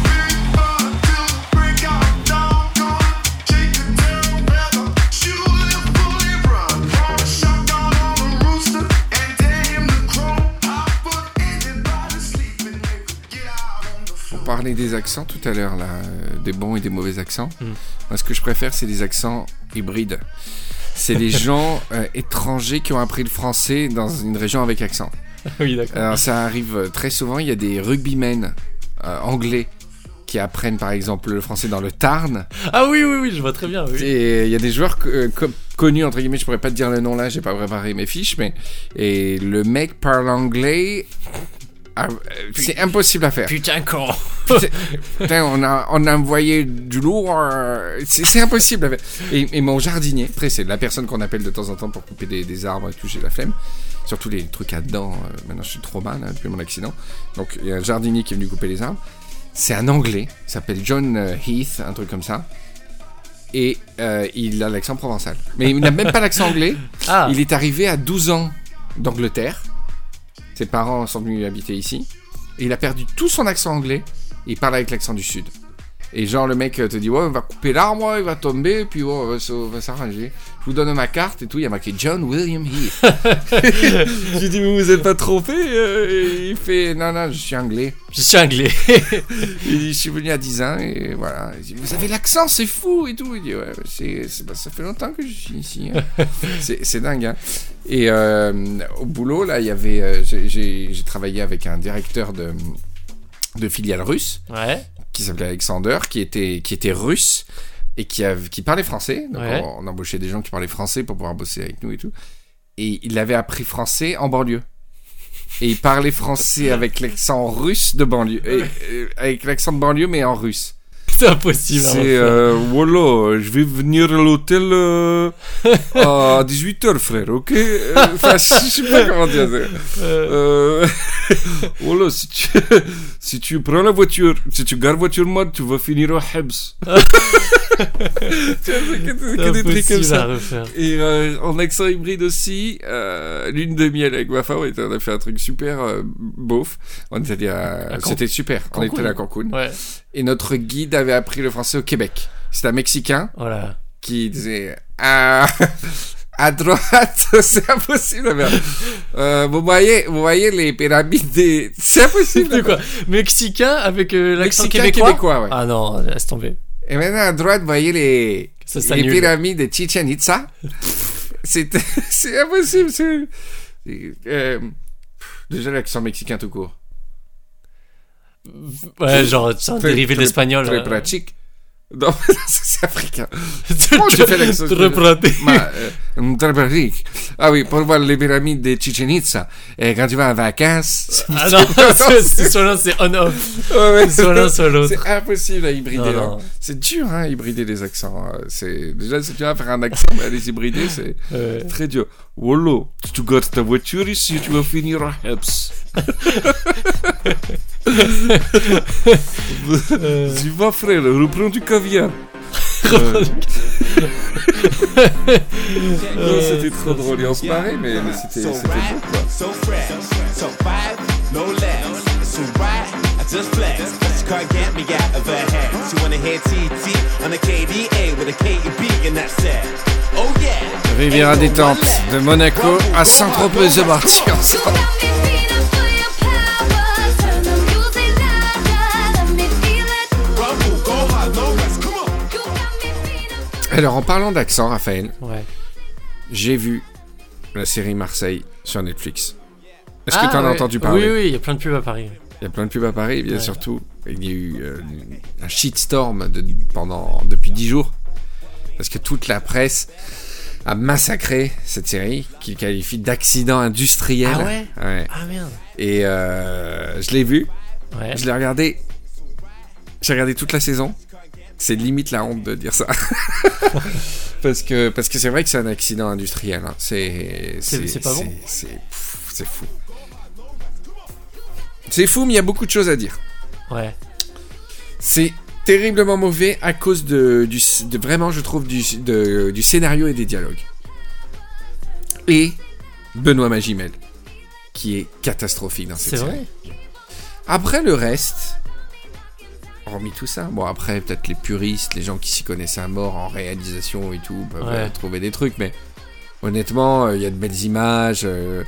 On parlait des accents tout à l'heure, là, des bons et des mauvais accents. Moi, ce que je préfère, c'est les accents hybrides. C'est les gens étrangers qui ont appris le français dans une région avec accent. Oui, d'accord. Alors, ça arrive très souvent. Il y a des rugbymen anglais qui apprennent, par exemple, le français dans le Tarn. Ah oui, je vois très bien. Oui. Et il y a des joueurs connus, entre guillemets, je pourrais pas te dire le nom là, j'ai pas préparé mes fiches, mais... Et le mec parle anglais... c'est impossible à faire. Putain con. Putain, on a envoyé du lourd. C'est impossible à faire. Et mon jardinier, après c'est la personne qu'on appelle de temps en temps pour couper des arbres et tout, j'ai la flemme. Surtout les trucs à dents. Maintenant je suis trop mal depuis mon accident. Donc il y a un jardinier qui est venu couper les arbres. C'est un anglais, il s'appelle John Heath, un truc comme ça. Et il a l'accent provençal. Mais il n'a même pas l'accent anglais. Ah. Il est arrivé à 12 ans d'Angleterre. Ses parents sont venus habiter ici. Et il a perdu tout son accent anglais. Et il parle avec l'accent du sud. Et genre le mec te dit ouais, on va couper l'arbre, il va tomber, puis ouais, on va s'arranger. Je vous donne ma carte et tout, il y a marqué John William Heath. J'ai dit mais vous êtes pas trompé Il fait non, je suis anglais. Je suis anglais. Il dit je suis venu à 10 ans et voilà. Il dit vous avez l'accent, c'est fou et tout. Il dit ouais, ça fait longtemps que je suis ici. Hein. c'est dingue. Hein. Et au boulot là, il y avait j'ai travaillé avec un directeur de filiale russe. Ouais. Qui s'appelait Alexander, qui était russe et qui parlait français. Donc ouais. on embauchait des gens qui parlaient français pour pouvoir bosser avec nous et tout. Et il avait appris français en banlieue. Et il parlait français avec l'accent russe de banlieue. Avec l'accent de banlieue, mais en russe. C'est impossible. C'est voilà, je vais venir à l'hôtel à 18h, frère, ok? Enfin, je sais pas comment dire. Voilà, si tu prends la voiture, si tu gardes voiture mode, tu vas finir au Hebs. Tu vois, c'est que des trucs comme Impossible à ça. refaire. Et en accent hybride aussi, lune de miel avec ma femme, on a fait un truc super beauf. On était allé c'était super. On était allé à Cancun. Ouais, Et notre guide avait appris le français au Québec. C'était un Mexicain voilà. qui disait à droite, c'est impossible. Vous voyez les pyramides des... C'est impossible. De quoi? Mexicain avec l'accent Mexicain québécois? ouais. Ah non, laisse tomber. Et maintenant à droite, vous voyez les Ça s'annule. pyramides de Chichen Itza. C'est impossible. Déjà l'accent mexicain tout court. Ouais, genre, c'est un dérivé de l'espagnol. Très pratique. Non, c'est africain. Comment j'ai fait l'accent? Très pratique. Très pratique. Ah oui, pour voir les pyramides de Chichen Itza. Et quand tu vas en vacances... Ah non, c'est soit l'un, c'est on-off. Ouais, Soit l'un, soit l'autre. c'est impossible à hybrider. Non. Hein. C'est dur, hein, hybrider les accents. Déjà, si tu vas faire un accent, mais les hybrider, c'est très dur. Wallo, si tu gardes ta voiture ici, tu vas finir à Hebs. Tu vas, frère, reprends du caviar. Non, c'était trop drôle. Et on se marrait, mais c'était beau, quoi. So fresh, so five, no less. So right, I just flex. She can't get me out of her head. She wanna hear TT on a KDA with a KEB and that's it. Oh yeah. Riviera détente de Monaco à Saint-Tropez de Marty ensemble. Alors, en parlant d'accent, Raphaël, Ouais. j'ai vu la série Marseille sur Netflix. Est-ce que tu en as ouais. entendu parler? Oui, il y a plein de pubs à Paris. Il y a plein de pubs à Paris, bien Ouais. surtout. Il y a eu un shitstorm depuis 10 jours. Parce que toute la presse a massacré cette série, qu'il qualifie d'accident industriel. Ah ouais? Ouais. Ah merde. Et je l'ai vu, Ouais. je l'ai regardé. J'ai regardé toute la saison. C'est limite la honte de dire ça. parce que c'est vrai que c'est un accident industriel. Hein. C'est pas bon. C'est fou. C'est fou, mais il y a beaucoup de choses à dire. Ouais. C'est terriblement mauvais à cause de vraiment, je trouve, du scénario et des dialogues. Et Benoît Magimel, qui est catastrophique dans cette C'est série. vrai. Après le reste, hormis tout ça, bon après peut-être les puristes, les gens qui s'y connaissent à mort en réalisation et tout, peuvent trouver des trucs, mais honnêtement, il y a de belles images.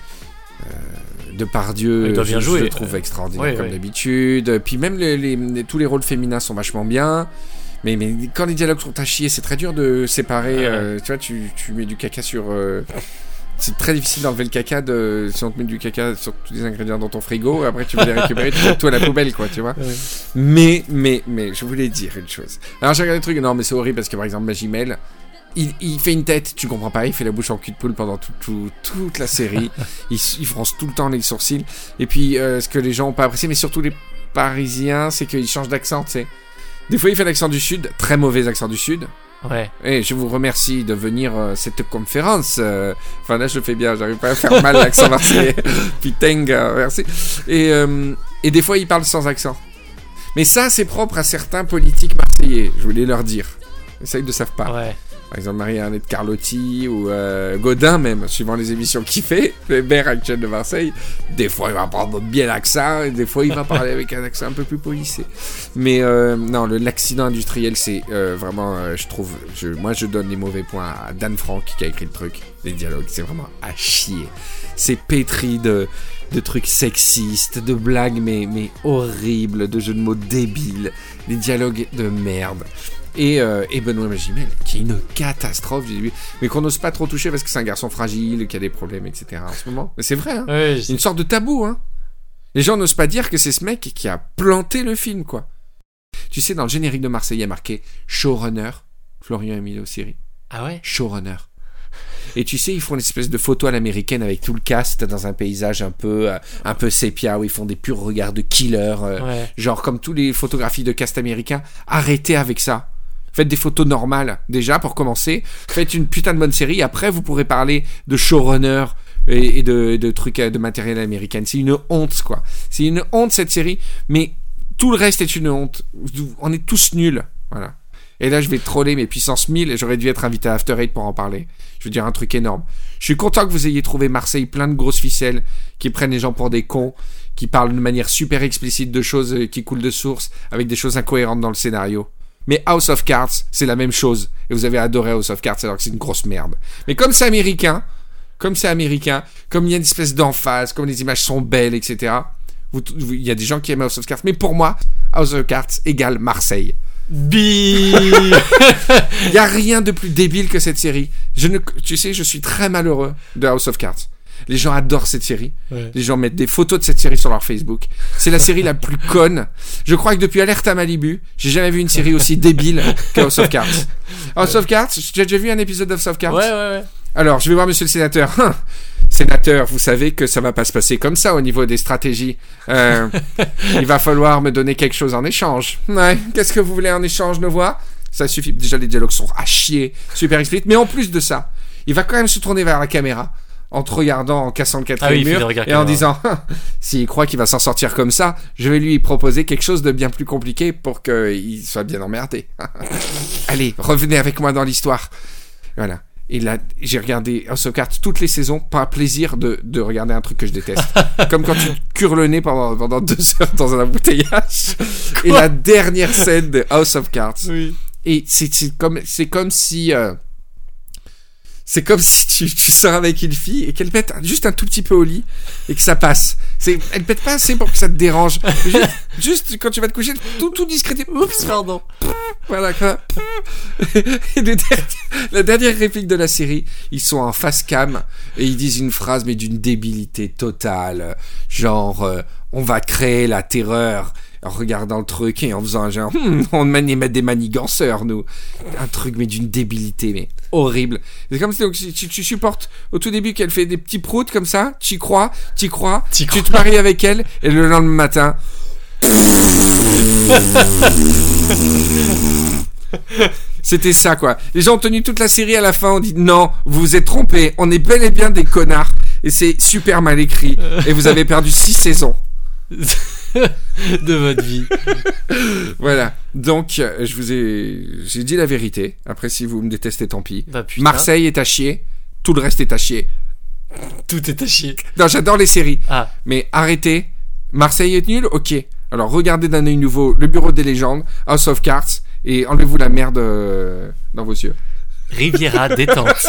Depardieu, Il doit bien je jouer. le trouve extraordinaire comme ouais. d'habitude. Puis même tous les rôles féminins sont vachement bien. Mais quand les dialogues sont à chier, c'est très dur de séparer. Tu vois, tu mets du caca sur... c'est très difficile d'enlever le caca si on te met du caca sur tous les ingrédients dans ton frigo. Après, tu veux les récupérer, tu mets tout à la poubelle, quoi, tu vois. Ouais. Mais, je voulais dire une chose. Alors, j'ai regardé le truc, non, mais c'est horrible parce que, par exemple, Magimel, il fait une tête, tu comprends pas, il fait la bouche en cul de poule pendant toute la série. il fronce tout le temps les sourcils. Et puis, ce que les gens ont pas apprécié, mais surtout les Parisiens, c'est qu'il change d'accent, tu sais. Des fois, il fait l'accent du Sud, très mauvais accent du Sud. Ouais. Et je vous remercie de venir à cette conférence. Enfin, là, je le fais bien, j'arrive pas à faire mal l'accent marseillais. Putain, merci. Et des fois, il parle sans accent. Mais ça, c'est propre à certains politiques marseillais, je voulais leur dire. Ça, ils ne savent pas. Ouais. Par exemple, Marie-Arlette Carlotti ou Godin même, suivant les émissions qu'il fait, le maire actuel de Marseille. Des fois, il va prendre bien l'accent, et des fois, il va parler avec un accent un peu plus policé. Mais non, l'accident industriel, c'est vraiment, je trouve, moi, je donne les mauvais points à Dan Frank qui a écrit le truc. Les dialogues, c'est vraiment à chier. C'est pétri de trucs sexistes, de blagues, mais horribles, de jeux de mots débiles, des dialogues de merde. Et Benoît Magimel, qui est une catastrophe, j'ai vu, mais qu'on n'ose pas trop toucher parce que c'est un garçon fragile, qui a des problèmes, etc. en ce moment. Mais c'est vrai, hein. Ouais, Une sorte de tabou, hein. Les gens n'osent pas dire que c'est ce mec qui a planté le film, quoi. Tu sais, dans le générique de Marseille, il y a marqué showrunner, Florian Emilio Siri. Ah ouais? Showrunner. Et tu sais, ils font une espèce de photo à l'américaine avec tout le cast dans un paysage un peu sépia, où ils font des purs regards de killer, genre comme tous les photographies de cast américains. Arrêtez avec ça. Faites des photos normales, déjà, pour commencer. Faites une putain de bonne série. Après, vous pourrez parler de showrunner et de trucs, de matériel américain. C'est une honte, quoi. C'est une honte, cette série. Mais Tout le reste est une honte. On est tous nuls. Voilà. Et là, je vais troller mes puissances 1000 et j'aurais dû être invité à After Eight pour en parler. Je veux dire un truc énorme. Je suis content que vous ayez trouvé Marseille plein de grosses ficelles, qui prennent les gens pour des cons, qui parlent de manière super explicite de choses qui coulent de source, avec des choses incohérentes dans le scénario. Mais House of Cards, c'est la même chose. Et vous avez adoré House of Cards alors que c'est une grosse merde. Mais comme c'est américain, comme il y a une espèce d'emphase, comme les images sont belles, etc. Il y a des gens qui aiment House of Cards. Mais pour moi, House of Cards égale Marseille. Il y a rien de plus débile que cette série. Tu sais, je suis très malheureux de House of Cards. Les gens adorent cette série. Ouais. Les gens mettent des photos de cette série sur leur Facebook. C'est la série la plus conne. Je crois que depuis Alerte à Malibu, j'ai jamais vu une série aussi débile que House of Cards. House of Cards, tu as déjà vu un épisode de House of Cards ? Ouais. Alors, je vais voir monsieur le sénateur. Sénateur, vous savez que ça va pas se passer comme ça au niveau des stratégies. Il va falloir me donner quelque chose en échange. Ouais, qu'est-ce que vous voulez en échange, Novoa ? Ça suffit. Déjà, les dialogues sont à chier, super explicites. Mais en plus de ça, il va quand même se tourner vers la caméra en te regardant, en cassant le quatrième mur et en disant s'il croit qu'il va s'en sortir comme ça, je vais lui proposer quelque chose de bien plus compliqué pour qu'il soit bien emmerdé. Allez, revenez avec moi dans l'histoire. Voilà. Et là, j'ai regardé House of Cards toutes les saisons, pas plaisir de regarder un truc que je déteste. Comme quand tu cures le nez pendant 2 heures dans un embouteillage. Et la dernière scène de House of Cards. Oui. Et c'est comme si tu sors avec une fille et qu'elle pète juste un tout petit peu au lit et que ça passe. Elle pète pas assez pour que ça te dérange. Juste quand tu vas te coucher, tout discret. Oups, pardon. Voilà quoi. Et la dernière réplique de la série, ils sont en face cam et ils disent une phrase mais d'une débilité totale. Genre, on va créer la terreur. En regardant le truc et en faisant un genre on met des maniganceurs nous, un truc mais d'une débilité mais horrible. C'est comme si tu supportes au tout début qu'elle fait des petits proutes comme ça, tu crois, tu te maries avec elle et le lendemain matin c'était ça quoi. Les gens ont tenu toute la série, à la fin on dit non, vous vous êtes trompés, on est bel et bien des connards et c'est super mal écrit et vous avez perdu 6 saisons de votre vie. Voilà. Donc, j'ai dit la vérité. Après, si vous me détestez, tant pis. Bah, Marseille est à chier. Tout le reste est à chier. Tout est à chier. Non, j'adore les séries. Ah. Mais arrêtez. Marseille est nul. Ok. Alors, regardez d'un œil nouveau Le Bureau des légendes, House of Cards, et enlevez-vous la merde dans vos yeux. Riviera détente.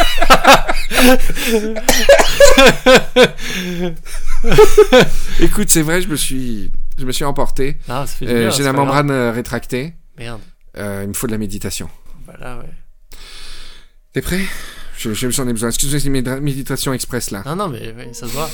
Écoute, c'est vrai, je me suis emporté. Ah, ça fait du bien, j'ai la membrane rétractée. Merde. Il me faut de la méditation. Voilà, ouais. T'es prêt ? J'en ai besoin. Excuse-moi, c'est une méditation express là. Non, mais ça se voit.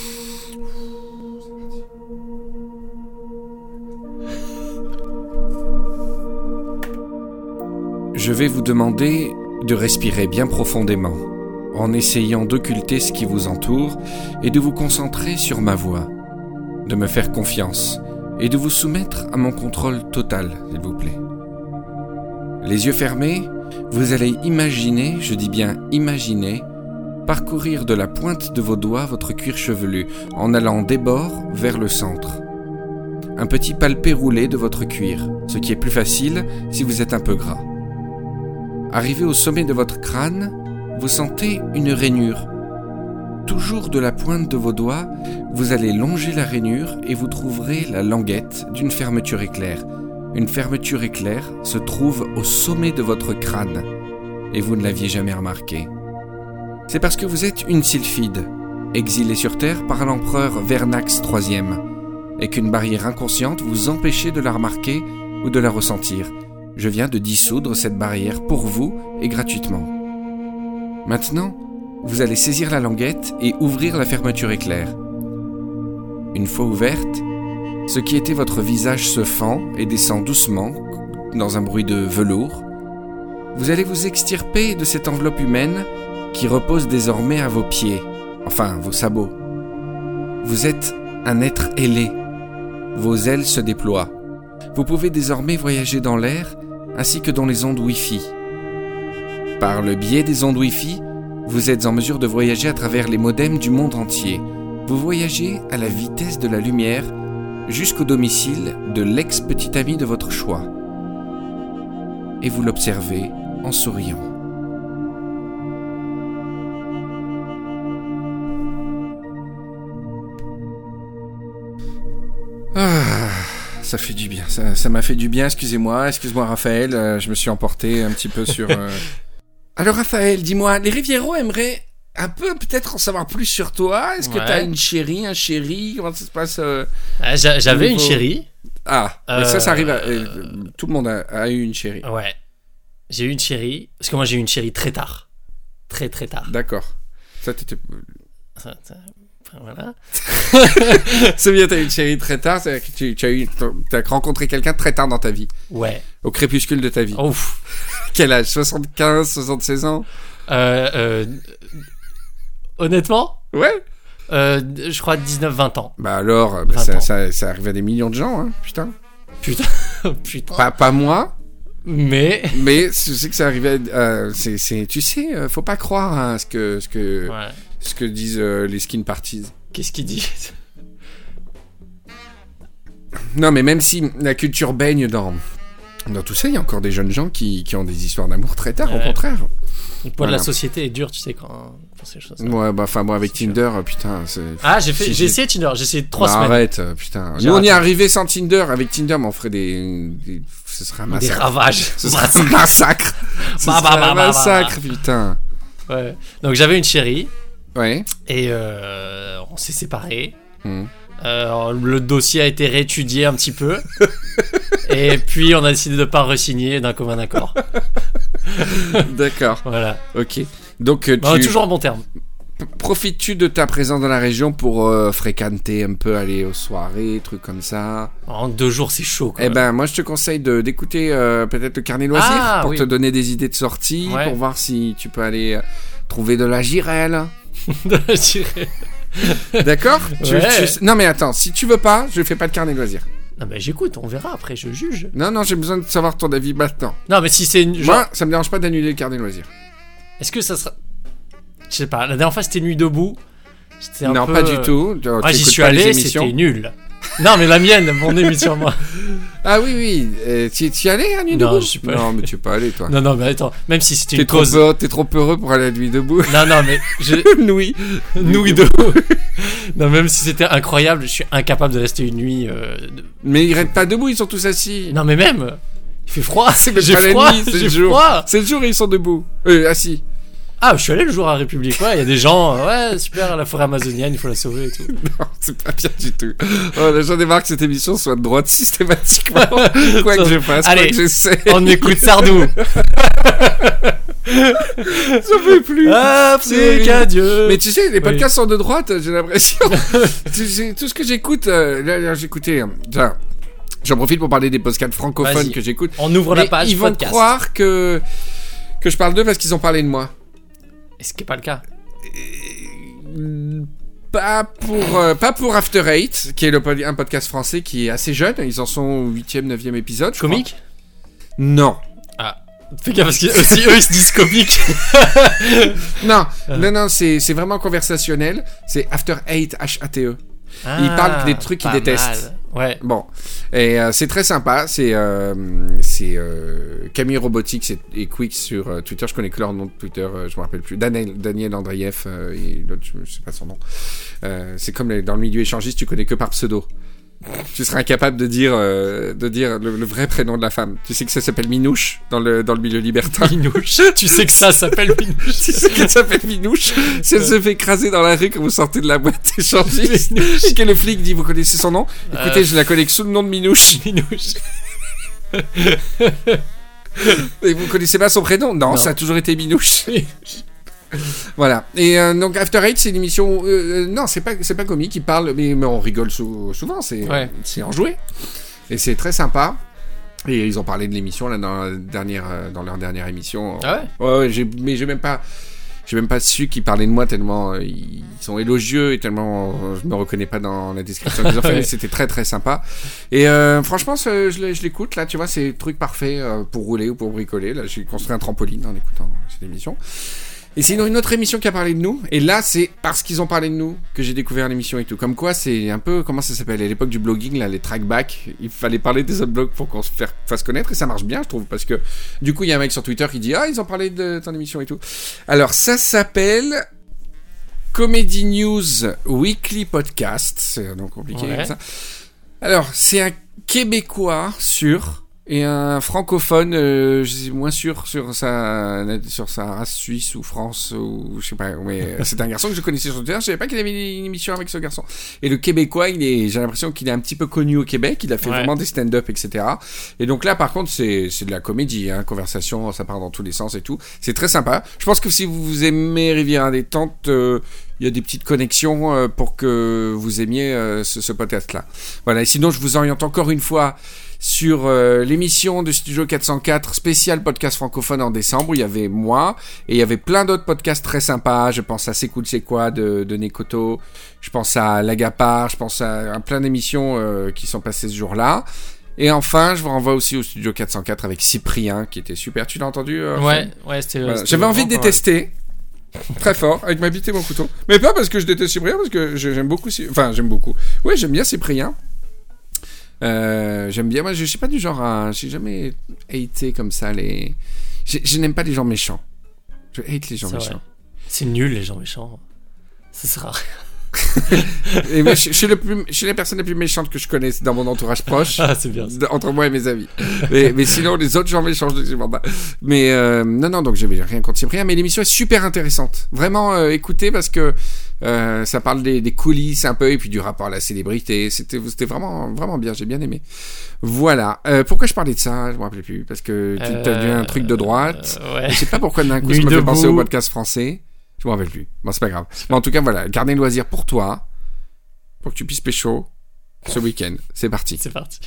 Je vais vous demander de respirer bien profondément, en essayant d'occulter ce qui vous entoure et de vous concentrer sur ma voix, de me faire confiance et de vous soumettre à mon contrôle total, s'il vous plaît. Les yeux fermés, vous allez imaginer, je dis bien imaginer, parcourir de la pointe de vos doigts votre cuir chevelu en allant des bords vers le centre. Un petit palpé roulé de votre cuir, ce qui est plus facile si vous êtes un peu gras. Arrivé au sommet de votre crâne, vous sentez une rainure. Toujours de la pointe de vos doigts, vous allez longer la rainure et vous trouverez la languette d'une fermeture éclair. Une fermeture éclair se trouve au sommet de votre crâne et vous ne l'aviez jamais remarqué. C'est parce que vous êtes une sylphide, exilée sur Terre par l'empereur Vernax III, et qu'une barrière inconsciente vous empêchait de la remarquer ou de la ressentir. Je viens de dissoudre cette barrière pour vous et gratuitement. Maintenant, vous allez saisir la languette et ouvrir la fermeture éclair. Une fois ouverte, ce qui était votre visage se fend et descend doucement dans un bruit de velours. Vous allez vous extirper de cette enveloppe humaine qui repose désormais à vos pieds, enfin vos sabots. Vous êtes un être ailé. Vos ailes se déploient. Vous pouvez désormais voyager dans l'air ainsi que dans les ondes Wi-Fi. Par le biais des ondes Wi-Fi, vous êtes en mesure de voyager à travers les modems du monde entier. Vous voyagez à la vitesse de la lumière jusqu'au domicile de l'ex-petit ami de votre choix. Et vous l'observez en souriant. Ah, ça fait du bien, ça m'a fait du bien, excuse-moi Raphaël, je me suis emporté un petit peu sur... Alors Raphaël, dis-moi, les Rivieros aimeraient un peu peut-être en savoir plus sur toi. Est-ce que t'as une chérie, un chéri? Comment ça se passe J'avais une chérie. Ah, mais ça arrive à... tout le monde a eu une chérie. Ouais, j'ai eu une chérie, parce que moi j'ai eu une chérie très tard. Très très tard. D'accord. Ça t'était... Voilà. C'est bien, t'as eu une chérie très tard, c'est-à-dire que t'as rencontré quelqu'un très tard dans ta vie. Ouais. Au crépuscule de ta vie. Ouf. Quel âge? 75, 76 ans? Honnêtement, Ouais. je crois 19-20 ans. Bah alors, 20 ans. ça arrive à des millions de gens, hein, putain. Putain. Pas moi, Mais mais je sais que ça arrivait tu sais, faut pas croire à ce que disent les skin parties. qu'est-ce qu'il dit? Non, mais même si la culture baigne dans tout ça, il y a encore des jeunes gens qui ont des histoires d'amour très tard, au Ouais. contraire. Le poids de la société est dur, tu sais, quand ces choses. Ouais, bah, enfin, moi, avec C'est Tinder, putain, c'est... Ah, j'ai essayé Tinder, j'ai essayé 3 semaines. Arrête, putain. J'ai Nous, on y est raté. arrivé sans Tinder. Avec Tinder, mais on ferait ce serait un Des massacre. ravages. Ce serait un massacre. Ce Bah, serait bah, un bah, massacre, putain. Ouais. Donc j'avais une chérie Ouais. et on s'est séparés. Hmm. Le dossier a été réétudié un petit peu. Et puis on a décidé de pas re-signer d'un commun accord. D'accord. Voilà. Ok. Donc, On est toujours en bon terme. profites-tu de ta présence dans la région pour fréquenter un peu, aller aux soirées, trucs comme ça? En 2 jours, c'est chaud. Quoi. Eh ben, moi, je te conseille d'écouter peut-être le carnet loisirs Ah, pour oui. te donner des idées de sortie, Ouais. pour voir si tu peux aller trouver de la girelle. Je dirais. D'accord? Ouais. Non, mais attends, si tu veux pas, je fais pas de carnet loisirs. Non, mais j'écoute, on verra après, je juge. Non, j'ai besoin de savoir ton avis maintenant. Non, mais si c'est une. Genre, Moi, ça me dérange pas d'annuler le carnet loisirs. est-ce que ça sera. Je sais pas, la dernière fois c'était Nuit debout. C'était un Non, peu... pas du tout. Tu Moi j'y écoutes suis pas les allé, émissions. c'était nul. Non, mais la mienne, mon émission, moi. Ah oui. Tu y allais à Nuit Non, debout? je suis pas Non, mais tu es pas allé, toi. Non, mais attends, même si c'était T'es une cause. t'es trop heureux pour aller à Nuit debout. Non, mais je. Oui. Nuit debout. Non, même si c'était incroyable, je suis incapable de rester une nuit. Mais ils restent pas debout, ils sont tous assis. Non, mais même. Il fait froid. C'est même J'ai pas la froid. nuit, c'est J'ai le jour. froid. C'est le jour et ils sont debout. Assis. Ah, je suis allé le jour à République. Ouais, il y a des gens. Ouais, super, la forêt amazonienne, il faut la sauver et tout. Non, c'est pas bien du tout. Oh, j'en ai marre que cette émission soit de droite systématiquement. Quoi que je fasse, Allez. quoi que j'essaie. On écoute Sardou. J'en peux plus. Afrique, adieu. Mais tu sais, les podcasts sont de droite, j'ai l'impression. Tu sais, tout ce que j'écoute, là, j'écoutais. J'en profite pour parler des podcasts francophones Vas-y. que j'écoute. On ouvre la Mais page ils vont podcast. croire que je parle d'eux parce qu'ils ont parlé de moi. Ce qui n'est pas le cas. Pas pour After Eight, qui est un podcast français qui est assez jeune. Ils en sont au 8e, 9e épisode. je Comique crois. Non. Fais gaffe parce que aussi eux ils se disent comique. Non, c'est vraiment conversationnel. C'est After Eight, H-A-T-E. Ils parlent des trucs qu'ils pas détestent. mal. Ouais. Bon, et c'est très sympa. C'est Camille Robotics et Quick sur Twitter. Je connais que leur nom de Twitter, je me rappelle plus. Daniel Andreev et l'autre, je sais pas son nom. C'est comme dans le milieu échangiste, tu connais que par pseudo. Tu seras incapable de dire le vrai prénom de la femme. Tu sais que ça s'appelle Minouche dans le milieu libertin. Minouche. Tu sais que ça s'appelle Minouche. Tu sais qu'elle s'appelle Minouche. Si elle se fait écraser dans la rue quand vous sortez de la boîte échangiste et que le flic dit vous connaissez son nom, écoutez, je la connais que sous le nom de Minouche. Minouche. Et vous connaissez pas son prénom? Non, ça a toujours été Minouche. Voilà. Et donc After Eight, c'est une émission. Non, c'est pas comique. Ils parlent, mais on rigole souvent. C'est enjoué. Et c'est très sympa. Et ils ont parlé de l'émission là dans leur dernière émission. Ah ouais. Mais j'ai même pas su qu'ils parlaient de moi tellement ils sont élogieux et tellement je me reconnais pas dans la description qu'ils ont fait. Mais c'était très très sympa. Et franchement, je l'écoute là. Tu vois, c'est le truc parfait pour rouler ou pour bricoler. Là, j'ai construit un trampoline en écoutant cette émission. Et sinon, une autre émission qui a parlé de nous, et là, c'est parce qu'ils ont parlé de nous que j'ai découvert l'émission et tout. Comme quoi, c'est un peu, comment ça s'appelle, à l'époque du blogging, là, les trackbacks, il fallait parler des autres blogs pour qu'on se fasse connaître, et ça marche bien, je trouve, parce que du coup, il y a un mec sur Twitter qui dit « Ah, ils ont parlé de ton émission et tout ». Alors, ça s'appelle Comedy News Weekly Podcast, c'est un nom compliqué comme ça. Alors, c'est un Québécois sûr... Et un francophone, je suis moins sûr sur sa race suisse ou France ou je sais pas, mais c'est un garçon que je connaissais sur Twitter, je savais pas qu'il avait une émission avec ce garçon. Et le Québécois, j'ai l'impression qu'il est un petit peu connu au Québec, il a fait vraiment des stand-up, etc. Et donc là, par contre, c'est de la comédie, hein, conversation, ça part dans tous les sens et tout. C'est très sympa. Je pense que si vous aimez Riviera Détente, il y a des petites connexions pour que vous aimiez ce podcast-là. Voilà, et sinon, je vous oriente encore une fois sur l'émission de Studio 404 spécial podcast francophone en décembre où il y avait moi et il y avait plein d'autres podcasts très sympas. Je pense à C'est cool c'est quoi de Nekoto, je pense à Lagapar, je pense à plein d'émissions qui sont passées ce jour-là. Et enfin, je vous renvoie aussi au Studio 404 avec Cyprien qui était super. Tu l'as entendu ouais, c'était voilà. J'avais envie de détester. Très fort, avec ma bite et mon couteau. Mais pas parce que je déteste Cyprien, parce que j'aime beaucoup. Enfin, j'aime beaucoup. Ouais, j'aime bien Cyprien. J'aime bien, moi je suis pas du genre à... J'ai jamais haté comme ça les... Je n'aime pas les gens méchants. Je hate les gens méchants. Vrai. C'est nul les gens méchants. Ça sert à rien. Et moi, je suis la personne la plus méchante que je connaisse dans mon entourage proche. Ah, c'est bien. Entre moi et mes amis. mais sinon, les autres gens méchants, je ne sais pas. Mais non, donc j'avais rien contre Cyprien. Mais l'émission est super intéressante. Vraiment, écoutez, parce que ça parle des coulisses un peu et puis du rapport à la célébrité. C'était vraiment, vraiment bien. J'ai bien aimé. Voilà. Pourquoi je parlais de ça? Je me rappelais plus. Parce que tu as vu un truc de droite. Ouais. Je sais pas pourquoi d'un coup ça me fait penser au podcast français. Je me rappelle plus. Bon, c'est pas grave. Mais en tout cas, voilà. Garder le loisir pour toi. Pour que tu puisses pécho ce week-end. C'est parti. C'est parti.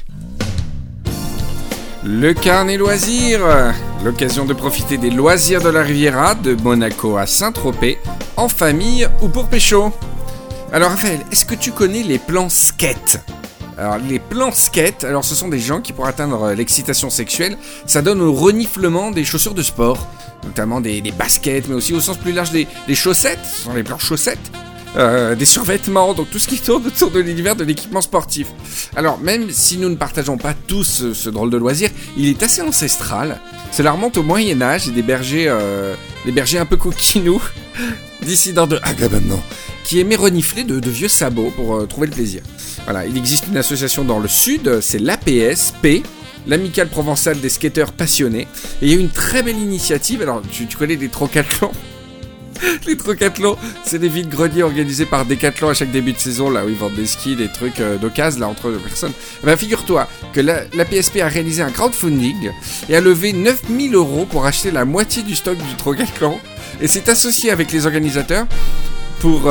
Le carnet loisirs. L'occasion de profiter des loisirs de la Riviera, de Monaco à Saint-Tropez, en famille ou pour pécho. Alors, Raphaël, est-ce que tu connais les plans skate? Alors, les plans skate, alors ce sont des gens qui, pour atteindre l'excitation sexuelle, ça donne au reniflement des chaussures de sport, notamment des baskets, mais aussi au sens plus large des chaussettes, ce sont les plans chaussettes, des survêtements, donc tout ce qui tourne autour de l'univers de l'équipement sportif. Alors, même si nous ne partageons pas tous ce drôle de loisir, il est assez ancestral. Cela remonte au Moyen-Âge et des bergers un peu coquinous, dissidents de Agamemnon, qui aimaient renifler de vieux sabots pour trouver le plaisir. Voilà, il existe une association dans le sud, c'est l'APSP, l'Amicale Provençale des Skateurs Passionnés, et il y a une très belle initiative. Alors, tu connais les trocathlons? Les trocathlons, c'est des vides-greniers organisés par Decathlon à chaque début de saison, là où ils vendent des skis, des trucs d'occasion, là, entre personnes. Ben, figure-toi que la PSP a réalisé un crowdfunding et a levé 9000 € pour acheter la moitié du stock du trocathlon, et s'est associé avec les organisateurs pour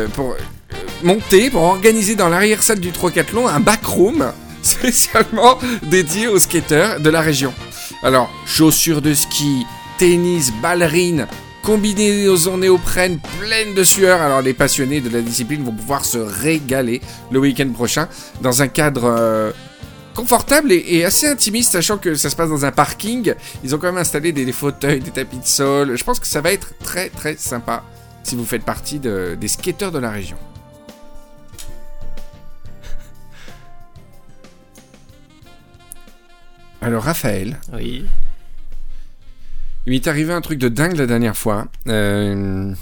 organiser dans l'arrière-salle du trocathlon un backroom spécialement dédié aux skateurs de la région. Alors, chaussures de ski, tennis, ballerines, combinaisons néoprène pleines de sueur. Alors, les passionnés de la discipline vont pouvoir se régaler le week-end prochain dans un cadre confortable et assez intimiste, sachant que ça se passe dans un parking. Ils ont quand même installé des fauteuils, des tapis de sol. Je pense que ça va être très très sympa si vous faites partie des skateurs de la région. Alors, Raphaël. Oui. Il m'est arrivé un truc de dingue la dernière fois. Je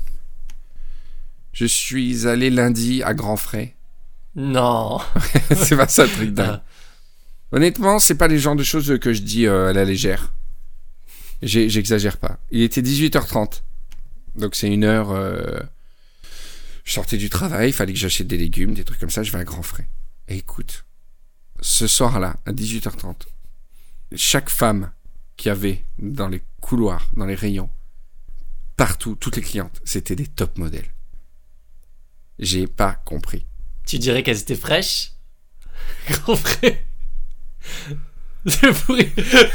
suis allé lundi à Grandfrais. Non. C'est pas ça le truc dingue. Honnêtement, c'est pas les genres de choses que je dis à la légère. J'exagère pas. Il était 18h30. Donc c'est une heure... Je sortais du travail, il fallait que j'achète des légumes, des trucs comme ça, je vais à Grandfrais. Et écoute, ce soir-là, à 18h30, chaque femme qu'il y avait dans les couloirs, dans les rayons, partout, toutes les clientes, c'était des top modèles. J'ai pas compris. Tu dirais qu'elles étaient fraîches? Grand frère. C'est pourri.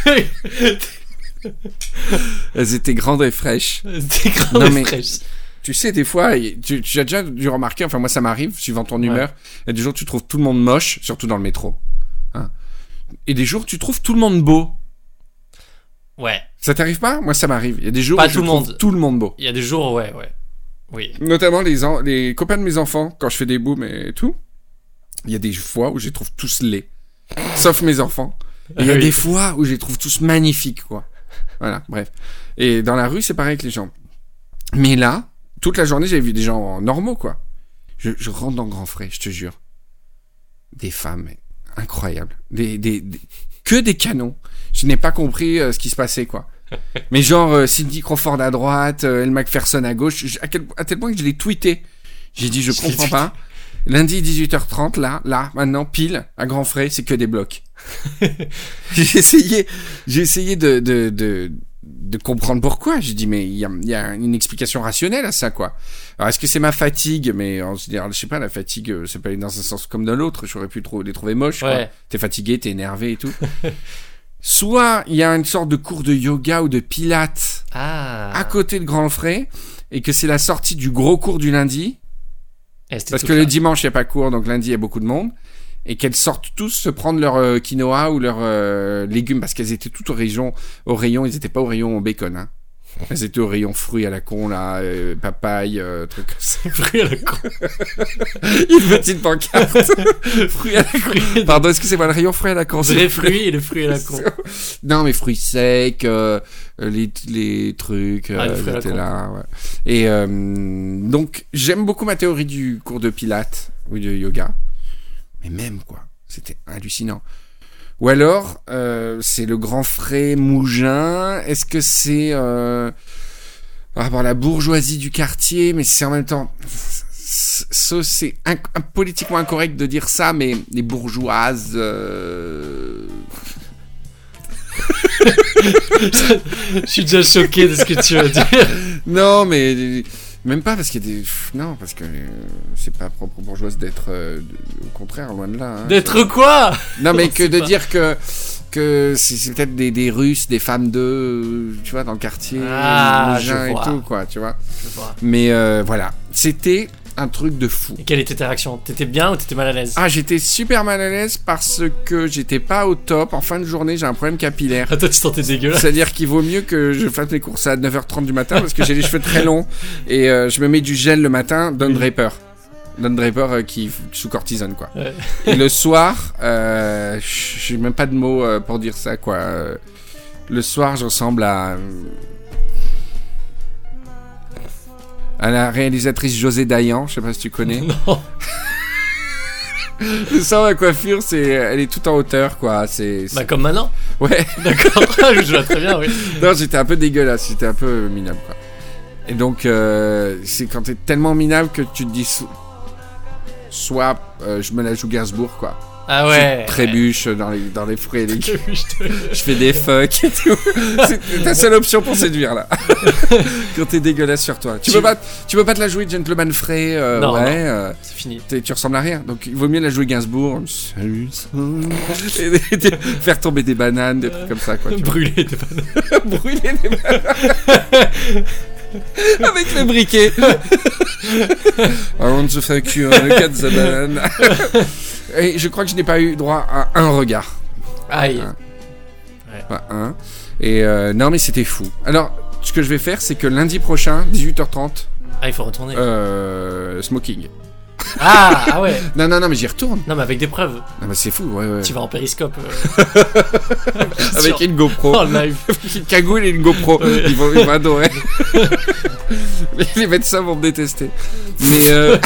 Elles étaient grandes et fraîches. Elles étaient grandes et fraîches. Tu sais, des fois, tu as déjà dû remarquer, enfin moi ça m'arrive, suivant ton humeur, il y a des jours tu trouves tout le monde moche, surtout dans le métro. Hein. Et des jours tu trouves tout le monde beau. Ouais. Ça t'arrive pas? Moi, ça m'arrive. Il y a des jours Pas où je tout le trouve monde. tout le monde beau. Il y a des jours, ouais. Oui. Notamment les copains de mes enfants, quand je fais des booms et tout. Il y a des fois où je les trouve tous laids. Sauf mes enfants. Et il y a Oui. des fois où je les trouve tous magnifiques, quoi. Voilà, bref. Et dans la rue, c'est pareil avec les gens. Mais là, toute la journée, j'ai vu des gens normaux, quoi. Je rentre dans Grand Frais, je te jure. Des femmes, mais incroyables. Que des canons. Je n'ai pas compris ce qui se passait, quoi. Mais genre, Cindy Crawford à droite, Elle Macpherson à gauche, à tel point que je l'ai tweeté. J'ai dit, je comprends pas. Lundi 18h30, là, maintenant, pile, à Grand Frais, c'est que des blocs. J'ai essayé de comprendre pourquoi. J'ai dit, mais il y a une explication rationnelle à ça, quoi. Alors, est-ce que c'est ma fatigue? Mais en général, je sais pas, la fatigue, c'est pas aller dans un sens comme dans l'autre. J'aurais pu les trouver moches, quoi. Ouais. T'es fatigué, t'es énervé et tout. Soit il y a une sorte de cours de yoga ou de pilates à côté de Grand Frais, et que c'est la sortie du gros cours du lundi. Parce que le dimanche, il n'y a pas cours, donc lundi, il y a beaucoup de monde. Et qu'elles sortent tous se prendre leur quinoa ou leurs légumes, parce qu'elles étaient toutes au rayon, ils n'étaient pas au rayon bacon, hein. Elles étaient au rayon fruits à la con, là, papaye, trucs comme ça. Fruits à la con. Une petite pancarte. Fruits à la con. Pardon, excusez-moi, le rayon fruits à la con. Vrai fruits et les fruits à la con. Non, mais fruits secs, les trucs, les fruits à la étaient con. là, ouais. Et donc, j'aime beaucoup ma théorie du cours de pilates ou de yoga. Mais même, quoi, c'était hallucinant. Ou alors, c'est le Grand Frais Mougins. Est-ce que c'est par rapport à la bourgeoisie du quartier? Mais c'est en même temps... C'est politiquement incorrect de dire ça, mais les bourgeoises... Je suis déjà choqué de ce que tu vas dire. Non, mais... Même pas parce qu'il y a des... Non, parce que c'est pas propre aux bourgeoises d'être... au contraire, loin de là. Hein. D'être quoi? Non, mais On que sait de pas. dire que c'est peut-être des Russes, des femmes de... Tu vois, dans le quartier, Mougins je vois. et tout, quoi, tu vois. Je vois. Mais voilà, c'était un truc de fou. Et quelle était ta réaction? T'étais bien ou t'étais mal à l'aise? Ah, j'étais super mal à l'aise parce que j'étais pas au top. En fin de journée, j'ai un problème capillaire. Ah, toi, tu sentais dégueulasse. C'est-à-dire qu'il vaut mieux que je fasse mes courses à 9h30 du matin parce que j'ai les cheveux très longs et je me mets du gel le matin, Don Draper. Don Draper qui sous cortisone, quoi. Ouais. Et le soir, j'ai même pas de mots pour dire ça, quoi. Le soir, je ressemble à la réalisatrice José Dayan, je sais pas si tu connais. Non. Le sens de la coiffure, elle est tout en hauteur, quoi. C'est... Bah, comme maintenant. Ouais. D'accord. Je vois très bien, oui. Non, j'étais un peu dégueulasse, j'étais un peu minable, quoi. Et donc, c'est quand t'es tellement minable que tu te dis soit je me la joue Gainsbourg, quoi. Ah ouais. Je trébuche dans les fruits et légumes. Ouais. Je fais des fuck et tout. C'est ta seule option pour séduire, là. Quand t'es dégueulasse sur toi. Tu peux pas te la jouer Gentleman Frey, Non, ouais. C'est fini. Tu ressembles à rien. Donc il vaut mieux la jouer Gainsbourg. Salut, et faire tomber des bananes, des trucs comme ça, quoi. Tu vois. Brûler des bananes. Brûler des bananes. Avec le briquet. I want to fuck you, look at the banane. Et je crois que je n'ai pas eu droit à un regard. Aïe. Pas un. Et non, mais c'était fou. Alors, ce que je vais faire, c'est que lundi prochain, 18h30, Ah, il faut retourner. smoking. Ah ouais. Non, mais j'y retourne. Non, mais avec des preuves. Non, mais c'est fou, ouais. Tu vas en périscope. Avec une GoPro. En live. Une cagoule et une GoPro. Ouais. Ils vont adorer. Les médecins vont me détester. Mais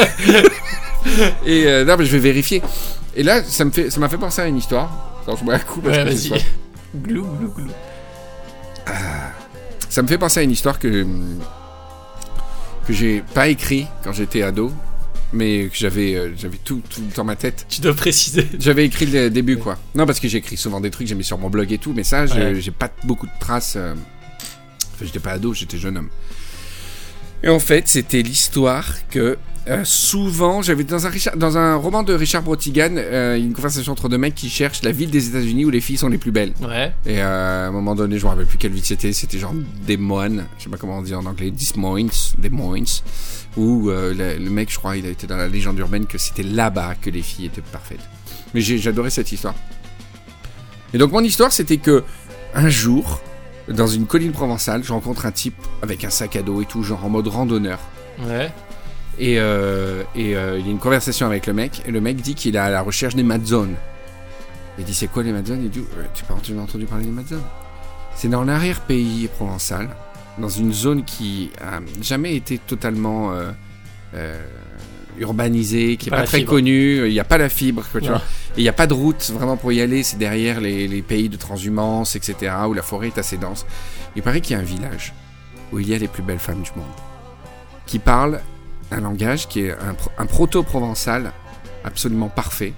non, mais je vais vérifier. Et là, ça m'a fait penser à une histoire. Attends, je bois un coup parce Ouais, que c'est vas-y. soif. Glou, glou, glou. Ça me fait penser à une histoire que j'ai pas écrit quand j'étais ado, mais que j'avais tout dans ma tête. Tu dois préciser. J'avais écrit le début, quoi. Non, parce que j'écris souvent des trucs, j'ai mis sur mon blog et tout, mais ça, Ouais. j'ai pas beaucoup de traces. Enfin, j'étais pas ado, j'étais jeune homme. Et en fait, c'était l'histoire que souvent, j'avais dans un roman de Richard Brotigan, une conversation entre deux mecs qui cherchent la ville des États-Unis où les filles sont les plus belles. Ouais. Et à un moment donné, je me rappelle plus quelle ville c'était genre Des Moines, je sais pas comment on dit en anglais, Des Moines, où le mec, je crois, il a été dans la légende urbaine que c'était là-bas que les filles étaient parfaites. Mais j'adorais cette histoire. Et donc mon histoire, c'était que un jour, dans une colline provençale, je rencontre un type avec un sac à dos et tout, genre en mode randonneur. Ouais. Et il y a une conversation avec le mec, et le mec dit qu'il est à la recherche des Madzones. Il dit, c'est quoi les Madzones? Il dit, tu n'as pas entendu parler des Madzones? C'est dans l'arrière-pays provençal, dans une zone qui a jamais été totalement urbanisée, qui est pas très connue, il n'y a pas la fibre, quoi, tu vois. Et il n'y a pas de route vraiment pour y aller, c'est derrière les pays de transhumance, etc., où la forêt est assez dense. Il paraît qu'il y a un village où il y a les plus belles femmes du monde, qui parlent un langage qui est un proto-provençal absolument parfait,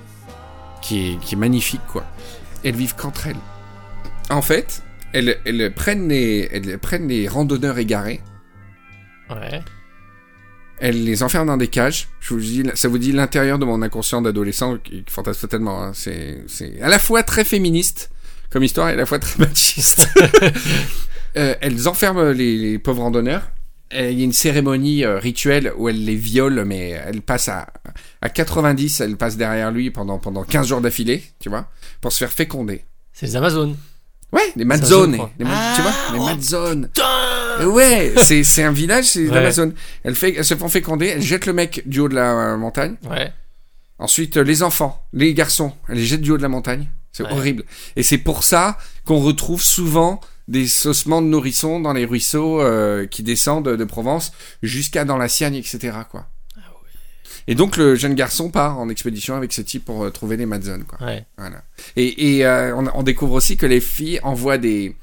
qui est magnifique, quoi. Elles vivent qu'entre elles. En fait, elles prennent les randonneurs égarés. Ouais. Elles les enferment dans des cages. Je vous dis, ça vous dit l'intérieur de mon inconscient d'adolescent qui fantasme totalement. Hein. C'est à la fois très féministe comme histoire et à la fois très machiste. Elles enferment les pauvres randonneurs. Il y a une cérémonie rituelle où elle les viole, mais elle passe à 90, elle passe derrière lui pendant 15 jours d'affilée, tu vois, pour se faire féconder. C'est les Amazones. Ouais, les Madzones. Tu vois, les Madzones. Ouais, c'est un village, c'est l'Amazone. Elles se font féconder, elles jettent le mec du haut de la montagne. Ouais. Ensuite, les enfants, les garçons, elles les jettent du haut de la montagne. C'est horrible. Et c'est pour ça qu'on retrouve souvent des ossements de nourrissons dans les ruisseaux qui descendent de Provence jusqu'à dans la Siagne, etc., quoi. Et donc le jeune garçon part en expédition avec ce type pour trouver les Madzones, quoi. Ouais. Voilà. Et on découvre aussi que les filles envoient des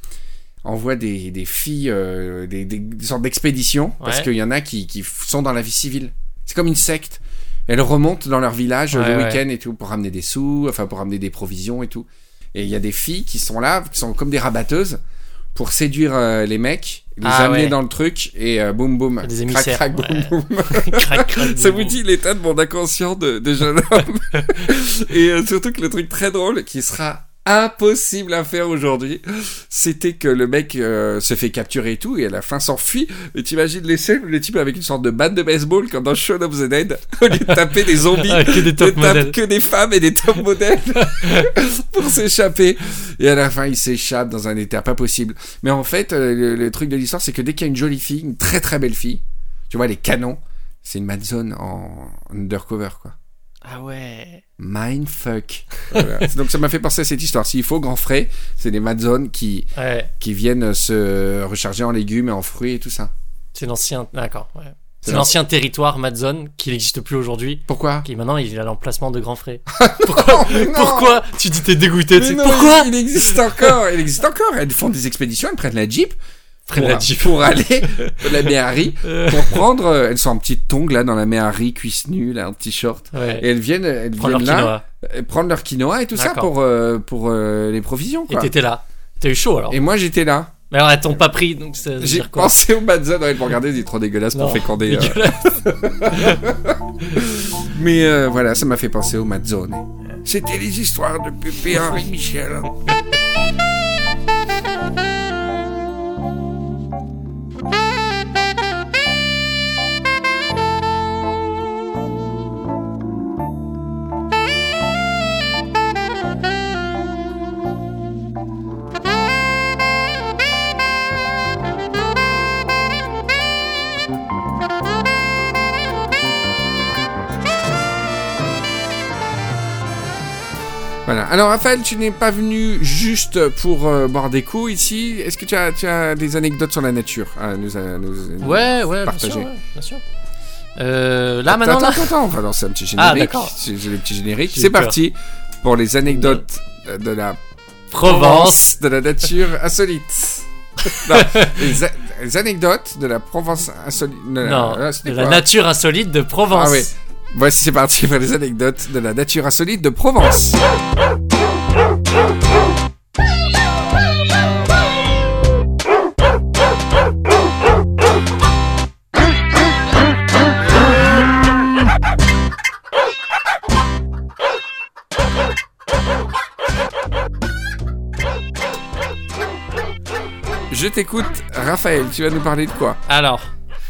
filles des sortes d'expéditions parce qu'il y en a qui sont dans la vie civile. C'est comme une secte. Elles remontent dans leur village le week-end et tout pour ramener des sous, enfin pour ramener des provisions et tout. Et il y a des filles qui sont là, qui sont comme des rabatteuses pour séduire les mecs, les amener dans le truc et boum boum, des émissaires, crac crac boum boum. Ça vous dit l'état de mon inconscient de jeune homme. Et surtout que le truc très drôle qui sera impossible à faire aujourd'hui, c'était que le mec se fait capturer et tout et à la fin s'enfuit. Et t'imagines les scènes, le type avec une sorte de batte de baseball comme dans Shaun of the Dead, au lieu de taper des zombies, il tape que des femmes et des top modèles pour s'échapper. Et à la fin il s'échappe dans un état pas possible. Mais en fait le truc de l'histoire, c'est que dès qu'il y a une jolie fille, une très très belle fille, tu vois les canons, c'est une Madzone en undercover, quoi. Ah ouais. Mindfuck. Voilà. Donc ça m'a fait penser à cette histoire. S'il faut grand frais, c'est des Madzones qui viennent se recharger en légumes et en fruits et tout ça. C'est l'ancien... D'accord, ouais. C'est l'ancien territoire Madzone qui n'existe plus aujourd'hui. Pourquoi? Qui maintenant il est à l'emplacement de Grand Frais. Pourquoi? Tu dis t'es dégoûté. Non, pourquoi? Il existe encore. Elles font des expéditions, elles prennent la Jeep. Pour aller à la Méhari pour prendre elles sont en petite tongue là dans la Méhari, cuisse nue là, en t-shirt, et elles viennent là prendre leur quinoa et tout ça pour les provisions, quoi. Et t'étais là, t'as eu chaud alors. Et moi j'étais là. Mais alors elles t'ont pas pris, donc ça j'ai pensé au Madzone, pour regarder, c'est trop dégueulasse pour féconder. Mais voilà, ça m'a fait penser au Madzone. C'était les histoires de Pépé Henri Michel. Voilà. Alors Raphaël, tu n'es pas venu juste pour boire des coups ici. Est-ce que tu as des anecdotes sur la nature à nous partager? Bien sûr. Là maintenant. Attends, on va lancer un petit générique. Ah d'accord. C'est le petit générique. C'est parti pour les anecdotes de la Provence, de la nature insolite. Non, les anecdotes de la Provence insolite. De la nature insolite de Provence. Ah oui. Voici, c'est parti pour les anecdotes de la nature insolite de Provence. Je t'écoute, Raphaël, tu vas nous parler de quoi? Alors,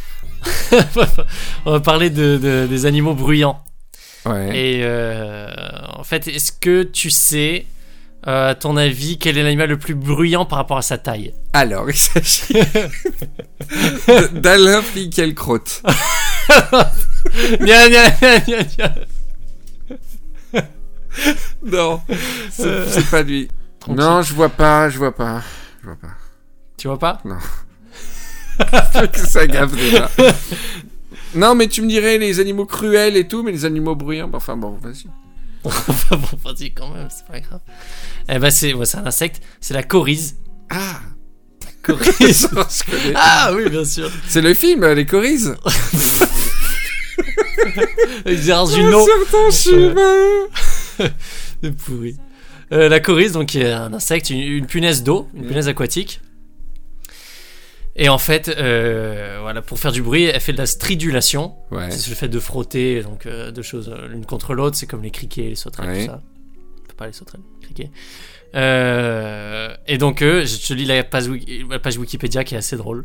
on va parler des animaux bruyants. Ouais. Et en fait, est-ce que tu sais À ton avis, quel est l'animal le plus bruyant par rapport à sa taille? Alors, il s'agit d'Alain Finkielkraut. Nya, nya, nya, nya, nya. Non, c'est pas lui. Non, je vois pas. Tu vois pas? Que ça gaffe déjà. Non, mais tu me dirais les animaux cruels et tout, mais les animaux bruyants, enfin bon, vas-y. Enfin bon, vas-y quand même, c'est pas grave. Eh ben c'est un insecte, c'est la coryze. Ah, Coryze. je connais. Ah oui, bien sûr. C'est le film, les coryzes. Avec Gérard Jugnot. Certains cheveux. C'est pourri. La coryze, donc, qui est un insecte, une punaise d'eau, une punaise aquatique. Et en fait, voilà, pour faire du bruit, elle fait de la stridulation. Ouais. C'est le fait de frotter donc, deux choses l'une contre l'autre. C'est comme les criquets, les sauterelles, Ouais. tout ça. Enfin, pas les sauterelles, les criquets. Et donc, je te lis la page Wikipédia qui est assez drôle.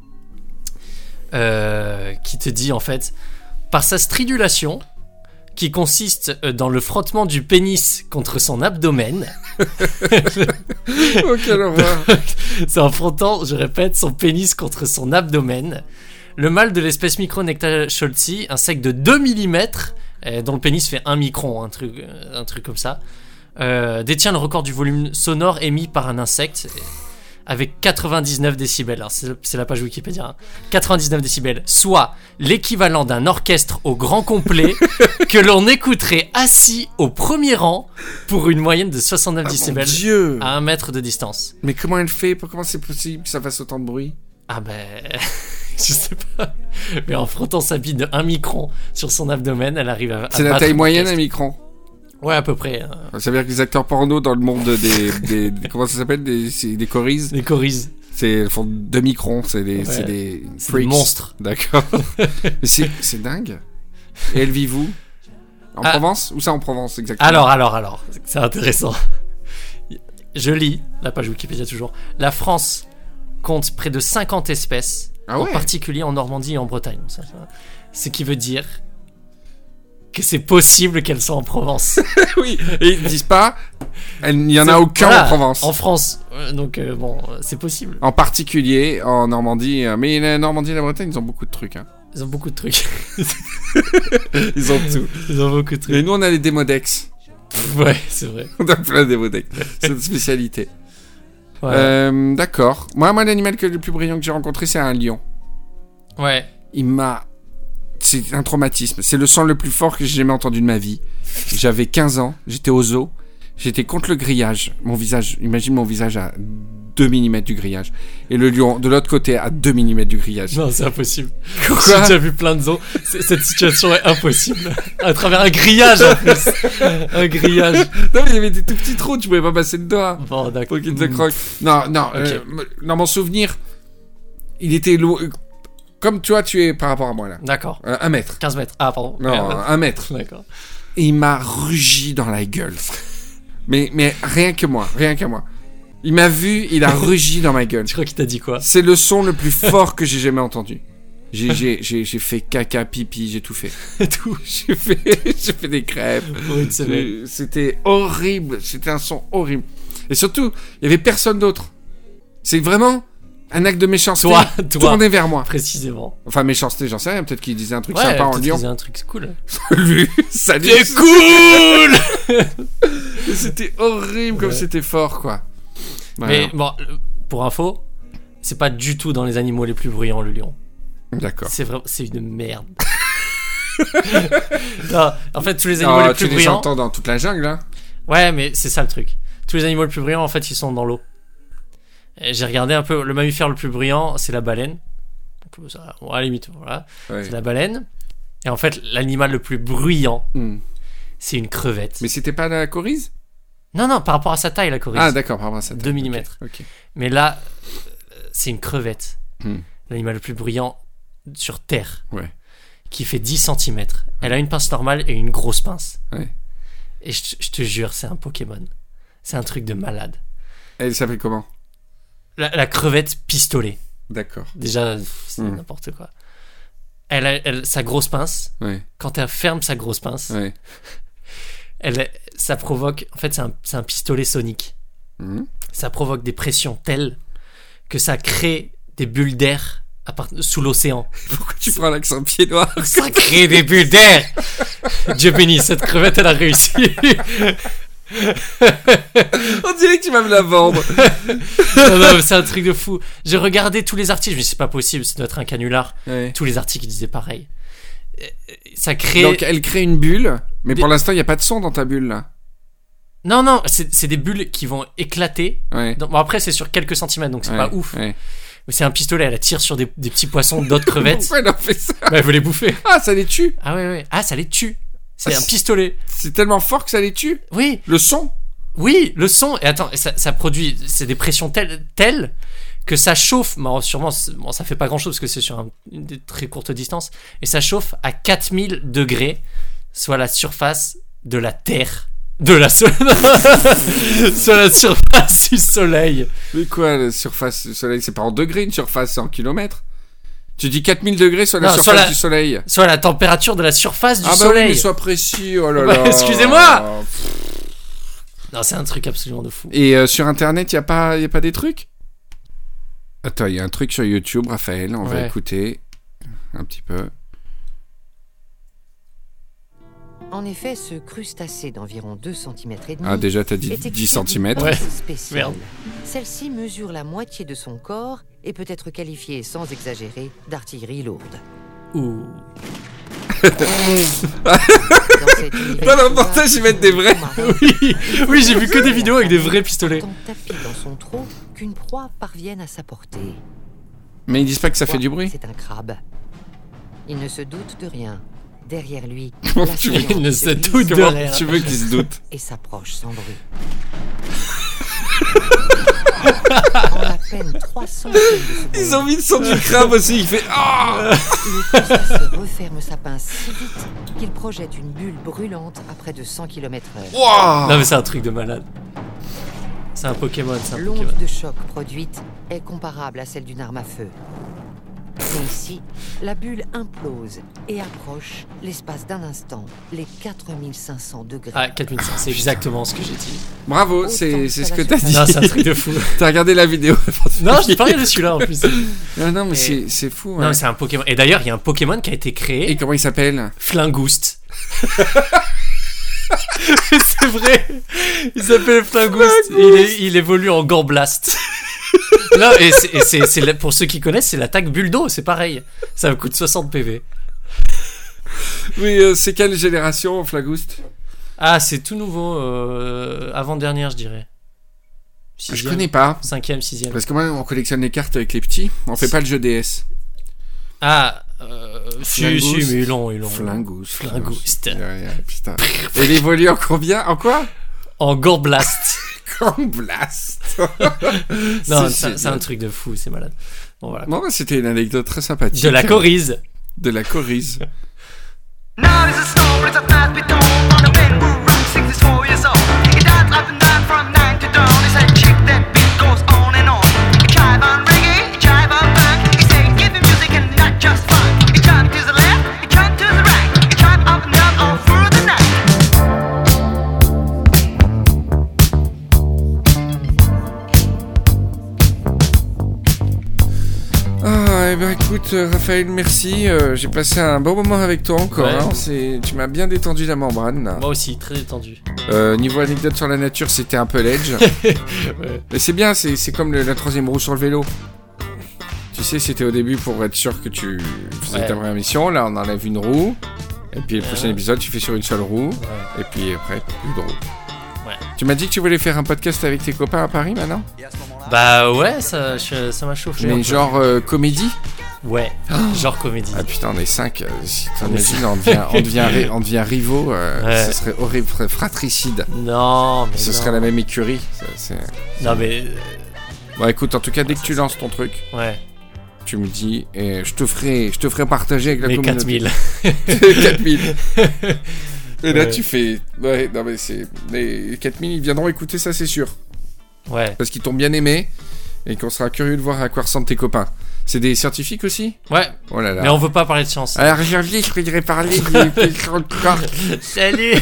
Qui te dit en fait, par sa stridulation, qui consiste dans le frottement du pénis contre son abdomen. Oh, quelle horreur. C'est en frottant, je répète, son pénis contre son abdomen. Le mâle de l'espèce Micronecta scholzi, insecte de 2 mm, dont le pénis fait 1 micron, un truc comme ça, détient le record du volume sonore émis par un insecte, avec 99 décibels. Alors, c'est la page Wikipédia. Hein. 99 décibels, soit l'équivalent d'un orchestre au grand complet que l'on écouterait assis au premier rang pour une moyenne de 69 Mon décibels Dieu. à 1 mètre de distance. Mais comment elle fait? Comment c'est possible que ça fasse autant de bruit? Ah ben... je sais pas. Mais en frottant sa bite de 1 micron sur son abdomen, elle arrive à C'est la battre taille un moyenne, orchestre. un micron. Ouais, à peu près. Ça veut dire que les acteurs porno dans le monde des comment ça s'appelle, des coryzes, Les coryzes. elles font 2 microns, c'est des C'est freaks. des monstres. D'accord. Mais c'est dingue. Et elle vit où? En Ah. Provence? Où ça en Provence exactement? Alors, c'est intéressant. Je lis la page Wikipédia toujours. La France compte près de 50 espèces, Ah en ouais. particulier en Normandie et en Bretagne. Ce qui veut dire que c'est possible qu'elles soient en Provence. Oui. Et ils disent pas. Il n'y en a aucun Voilà, en Provence. En France. Donc bon, c'est possible. En particulier en Normandie. Mais la Normandie et la Bretagne, ils ont beaucoup de trucs. Hein. Ils ont beaucoup de trucs. Ils ont tout. Ils ont beaucoup de trucs. Et nous, on a les démodex. Ouais, c'est vrai. On a plein de démodex. C'est notre spécialité. Ouais. D'accord. Moi, l'animal le plus brillant que j'ai rencontré, c'est un lion. Ouais. C'est un traumatisme. C'est le son le plus fort que j'ai jamais entendu de ma vie. J'avais 15 ans, j'étais au zoo, j'étais contre le grillage. Imagine mon visage à 2 mm du grillage. Et le lion, de l'autre côté, à 2 mm du grillage. Non, c'est impossible. Quoi? J'ai déjà vu plein de zoos. Cette situation est impossible. À travers un grillage, en plus. Un grillage. Non, mais il y avait des tout petits trous, tu pouvais pas passer le doigt. Bon, d'accord. Pour qu'il te croque. Non, Ok. dans mon souvenir, il était lourd. Comme tu es par rapport à moi, là. D'accord. 1 mètre. 15 mètres. Ah, pardon. Non, Merde. 1 mètre. D'accord. Et il m'a rugi dans la gueule. Mais rien que moi. Il m'a vu, il a rugi dans ma gueule. Tu crois qu'il t'a dit quoi? C'est le son le plus fort que j'ai jamais entendu. J'ai fait caca, pipi, j'ai tout fait. Tout. J'ai fait des crêpes. Pour une semaine. C'était horrible. C'était un son horrible. Et surtout, il y avait personne d'autre. C'est vraiment un acte de méchanceté Toi. tourné vers moi. Précisément. Enfin, méchanceté, j'en sais rien. Peut-être qu'il disait un truc Ouais, sympa en peut-être lion. qu'ils aient un truc cool. Salut, salut. C'est cool! Et c'était horrible comme Ouais. c'était fort, quoi. Voilà. Mais bon, pour info, c'est pas du tout dans les animaux les plus bruyants, le lion. D'accord. C'est une merde. Non, en fait, tous les animaux Ah, les plus tu les bruyants. entends dans toute la jungle, hein. Ouais, mais c'est ça le truc. Tous les animaux les plus bruyants, en fait, ils sont dans l'eau. Et j'ai regardé un peu. Le mammifère le plus bruyant, c'est la baleine. Donc, ça, bon, à la limite, voilà. Ouais. C'est la baleine. Et en fait, l'animal le plus bruyant, Hmm. c'est une crevette. Mais c'était pas la coryze? Non, par rapport à sa taille, la coryze. Ah, d'accord, par rapport à ça. 2 mm. Ok. Mais là, c'est une crevette. Hmm. L'animal le plus bruyant sur Terre. Ouais. Qui fait 10 cm. Elle a une pince normale et une grosse pince. Ouais. Et je te jure, c'est un Pokémon. C'est un truc de malade. Elle s'appelle comment? La crevette pistolet. D'accord. Déjà, c'est Mm. n'importe quoi. Elle, sa grosse pince, Ouais. quand elle ferme sa grosse pince, Ouais. ça provoque... En fait, c'est un pistolet sonique. Ça provoque des pressions telles que ça crée des bulles d'air sous l'océan. Pourquoi tu prends l'accent pied noir? Ça crée des bulles d'air. Dieu béni, cette crevette, elle a réussi. On dirait que tu vas me la vendre. Non, mais c'est un truc de fou. J'ai regardé tous les articles, je me dis c'est pas possible, ça doit être un canular. Ouais. Tous les articles ils disaient pareil. Ça crée... Donc elle crée une bulle, mais pour l'instant il n'y a pas de son dans ta bulle là. Non, c'est des bulles qui vont éclater. Ouais. Bon, après c'est sur quelques centimètres, donc c'est pas ouf. Ouais. Mais c'est un pistolet, elle tire sur des petits poissons, d'autres crevettes. Pourquoi elle en fait ça? Bah, elle veut les bouffer. Ah, ça les tue. Ah ouais. Ah, ça les tue. C'est un pistolet. C'est tellement fort que ça les tue. Oui. Le son. Oui, le son. Et attends, ça produit... C'est des pressions telles que ça chauffe... Bon, sûrement, ça fait pas grand-chose parce que c'est sur une très courte distance. Et ça chauffe à 4000 degrés, soit la surface de la Terre. Sur la surface du Soleil. Mais quoi, la surface du Soleil? C'est pas en degrés une surface, c'est en kilomètres. Tu dis 4000 degrés sur la surface du Soleil. Soit la température de la surface du Soleil. Soleil. Ah bah oui, mais sois précis, oh là là. Excusez-moi. Non, c'est un truc absolument de fou. Et sur Internet, y a pas des trucs? Attends, il y a un truc sur YouTube, Raphaël, on va écouter un petit peu. En effet, ce crustacé d'environ 2 cm et demi. Ah, déjà, t'as dit 10 cm. Ouais. Spéciale. Merde. Celle-ci mesure la moitié de son corps et peut être qualifiée, sans exagérer, d'artillerie lourde. Ouh. Dans le reportage, ils mettent des vrais. Oui, j'ai vu que des vidéos avec des vrais pistolets. Tant tapis dans son trou qu'une proie parvienne à sa portée. Mais ils disent pas que ça fait du bruit. C'est un crabe. Il ne se doute de rien. Derrière lui, Comment la tu veux Il ne se doute de Comment rien. tu veux qu'ils se doutent? et s'approche sans bruit. En à peine 300 de secondes, Ils ont mis le son du crabe aussi, il fait ah. le crustacé referme sa pince si vite qu'il projette une bulle brûlante à près de 100 km/h. Wow. Non mais c'est un truc de malade. C'est un Pokémon, c'est un Pokémon. L'onde de choc produite est comparable à celle d'une arme à feu. Mais ici, la bulle implose et approche, l'espace d'un instant, les 4500 degrés. Ah, 4500, c'est exactement ce que j'ai dit. Bravo, c'est ce que t'as dit. Non, c'est un truc de fou. T'as regardé la vidéo? Non, je n'ai pas regardé celui-là en plus. Non, mais Et- c'est fou. Non, Ouais. mais c'est un Pokémon. Et d'ailleurs, il y a un Pokémon qui a été créé, Et comment il s'appelle? Flingouste. C'est vrai. Il s'appelle Flingouste. Il évolue en Gorblast. Non, et pour ceux qui connaissent, c'est l'attaque bulle d'eau, c'est pareil. Ça coûte 60 PV. Oui, c'est quelle génération, Flagouste? Ah, c'est tout nouveau, avant-dernière, je dirais. Je connais pas. 5ème, 6ème. Parce que moi, on collectionne les cartes avec les petits. On fait pas le jeu DS. Ah, si, Flingouste. mais ils l'ont. Flingouste. Flingouste. Ouais, putain. Et il évolue en combien? En quoi? En Gorblast. Comme Blast. Non, C'est c'est un truc de fou, c'est malade. Bon, voilà. Bon, bah, c'était une anecdote très sympathique. De la coryse. De la coryse. Now there's a story that must be told on a man who runs 64 years old. He died up and down from 9 to dawn. He said, chick, that beat goes on and on. He jive on reggae, he jive on funk. He said, give me music and not just funk. He jumped to the left, he jumped to the right. He jumped up and down all through the night. Ah, eh ben écoute, Raphaël, merci. J'ai passé un bon moment avec toi encore. Ouais. Hein. Tu m'as bien détendu la membrane. Là. Moi aussi, très détendu. Niveau anecdote sur la nature, c'était un peu ledge. Ouais. Mais c'est bien, c'est comme la troisième roue sur le vélo. Tu sais, c'était au début pour être sûr que tu faisais Ouais. ta première mission. Là, on enlève une roue. Et puis le prochain Ouais. épisode, tu fais sur une seule roue. Ouais. Et puis après, plus de roue. Ouais. Tu m'as dit que tu voulais faire un podcast avec tes copains à Paris maintenant? Bah ouais, ça m'a chauffé. un Mais peu. genre comédie? Ouais, genre comédie. Ah putain, on est 5. Si t'imagines, on devient rivaux. Ouais. Ce serait horrible, fratricide. Non, mais Ce non. serait la même écurie. Non, mais... Bon, écoute, en tout cas, dès que tu lances ton truc, Ouais, tu me dis, et je te ferai partager avec la mais communauté. 4000. 4000. Et là, Ouais. tu fais. Ouais, non, mais c'est. Les 4000, ils viendront écouter ça, c'est sûr. Ouais. Parce qu'ils t'ont bien aimé et qu'on sera curieux de voir à quoi ressemblent tes copains. C'est des scientifiques aussi? Ouais, Oh là là. mais on veut pas parler de science. Alors aujourd'hui, je voudrais parler du corps. Salut.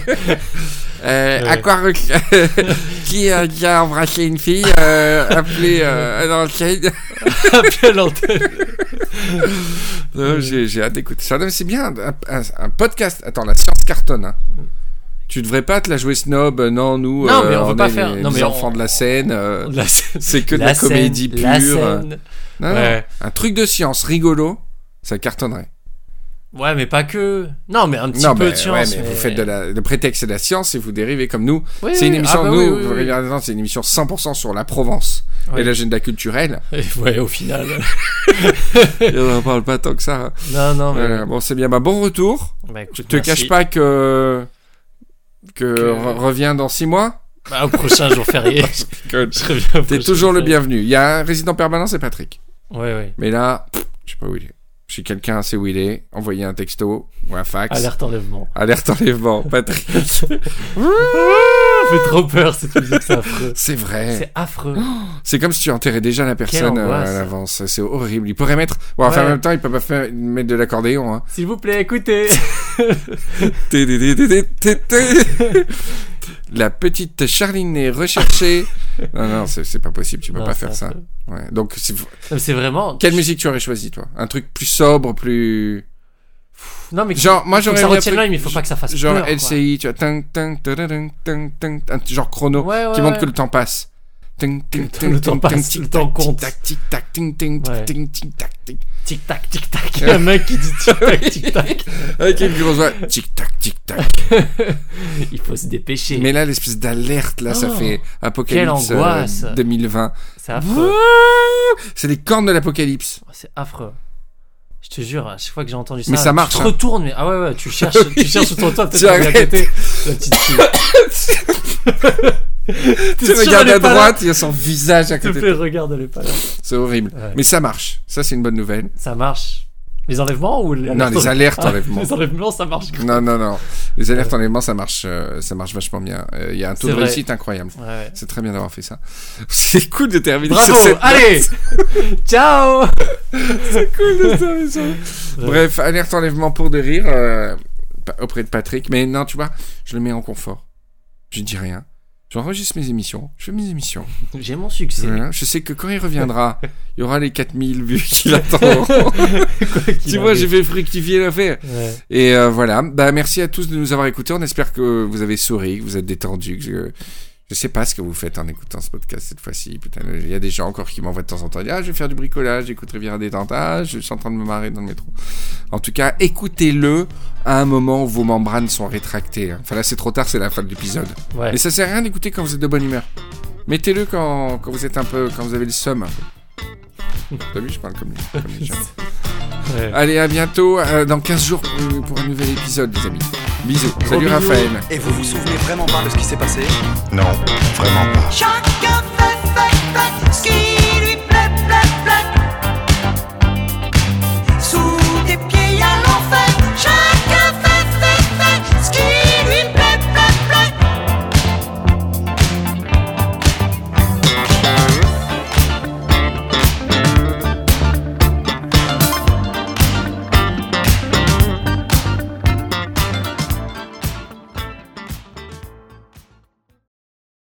À quoi qui a déjà embrassé une fille appelée à l'antenne? Appelle l'antenne. Non, j'ai hâte d'écouter ça. Non, mais c'est bien, un podcast. Attends, la science cartonne. Hein. Tu devrais pas te la jouer snob. Non, nous, non, mais on veut pas est faire. les Non, mais enfants de la scène. C'est que de la la comédie scène, pure. La scène. Non, Ouais. un truc de science rigolo, ça cartonnerait. Ouais, mais pas que. Non, mais un petit Non, peu mais, de science. ouais, mais vous faites le prétexte c'est de la science et vous dérivez comme nous. Oui, c'est une oui. émission, Ah bah nous, oui, oui, vous oui. regardez, c'est une émission 100% sur la Provence Oui. et l'agenda culturel. Ouais, au final. Et on n'en parle pas tant que ça. Hein. Non, non, mais. Bon, c'est bien. Bah, bon retour. Bah, écoute, Je te merci. cache pas que reviens dans 6 mois. Bah, au prochain jour férié. Je reviens au T'es prochain toujours jour le férié. bienvenu. Il y a un résident permanent, c'est Patrick. Ouais, ouais. Mais là, je sais pas où il est. Si quelqu'un sait où il est, envoyez un texto ou un fax. Alerte enlèvement. Alerte enlèvement, Patrick. Ça fait trop peur cette musique, c'est affreux. C'est vrai. C'est affreux. C'est comme si tu enterrais déjà la personne angoisse. à l'avance. C'est horrible. Il pourrait mettre. Bon, enfin, Ouais. en même temps, il peut pas mettre de l'accordéon. Hein. S'il vous plaît, écoutez. La petite Charline est recherchée. Non, c'est pas possible. Tu peux Non, pas c'est faire ça. affreux. Ouais. Donc, Non, mais c'est vraiment. quelle musique tu aurais choisi, toi? Un truc plus sobre, plus. Non, mais Genre, moi, faut que j'aurais ça mis un retienne truc- l'œil, mais il faut pas que ça fasse Genre peur. quoi. LCI, tu vois. Ting, ting, tadading, ting, ting, un genre chrono Ouais, ouais, qui montre ouais. que le temps passe. Ting, ting, Le temps ting, passe, ting, le temps tic-tac, compte. tic-tac, tic-tac, ting, ting, Ouais. ting, tic-tac, tic. Tic-tac, tic-tac. Il y a un mec qui dit tic-tac, tic-tac. Avec une grosse voix. Tic-tac, tic-tac. Il faut se dépêcher. Mais là, l'espèce d'alerte, là, ça Oh, fait Apocalypse quelle angoisse. 2020. C'est affreux. C'est les cornes de l'Apocalypse. C'est affreux. Je te jure, à chaque fois que j'ai entendu ça, Mais ça marche, tu te hein. retournes, mais ah ouais, ouais, tu cherches sous ton toit, Tu peut-être à arrêtes. côté, la petite fille. Tu sûr, regardes elle à est pas là? droite, il y a son visage à S'il te côté. plaît, regarde, elle est pas là. C'est horrible. Ouais. Mais ça marche. Ça, c'est une bonne nouvelle. Ça marche. Les enlèvements ou Non, les alertes enlèvements. Les enlèvements, ça marche. Non. Les alertes enlèvements, ça marche vachement bien. Il y a un taux C'est de vrai. réussite incroyable. Ouais, ouais. C'est très bien d'avoir fait ça. C'est cool de terminer Bravo, sur cette allez, ciao. C'est cool de terminer sur- Bref, alerte enlèvement pour de rire auprès de Patrick. Mais non, tu vois, je le mets en confort. Je dis rien. J'enregistre mes émissions. Je fais mes émissions. J'ai mon succès. Voilà. Je sais que quand il reviendra, il y aura les 4000 vues qu'il attendront. Tu vois, j'ai fait fructifier l'affaire. Ouais. Et voilà. Bah, merci à tous de nous avoir écoutés. On espère que vous avez souri, que vous êtes détendus. Que je sais pas ce que vous faites en écoutant ce podcast cette fois-ci. Putain, il y a des gens encore qui m'envoient de temps en temps. Ah, je vais faire du bricolage, j'écoute Rivière Détente. Ah, je suis en train de me marrer dans le métro. En tout cas, écoutez-le à un moment où vos membranes sont rétractées. Hein. Enfin là, c'est trop tard, c'est la fin de l'épisode. Ouais. Mais ça sert à rien d'écouter quand vous êtes de bonne humeur. Mettez-le quand vous êtes un peu, quand vous avez le seum. T'as vu, je parle comme les gens. Ouais. Allez, à bientôt dans 15 jours pour un nouvel épisode, les amis. Bisous. Salut bisous. Raphaël. Et vous vous souvenez vraiment pas de ce qui s'est passé? Non, vraiment pas.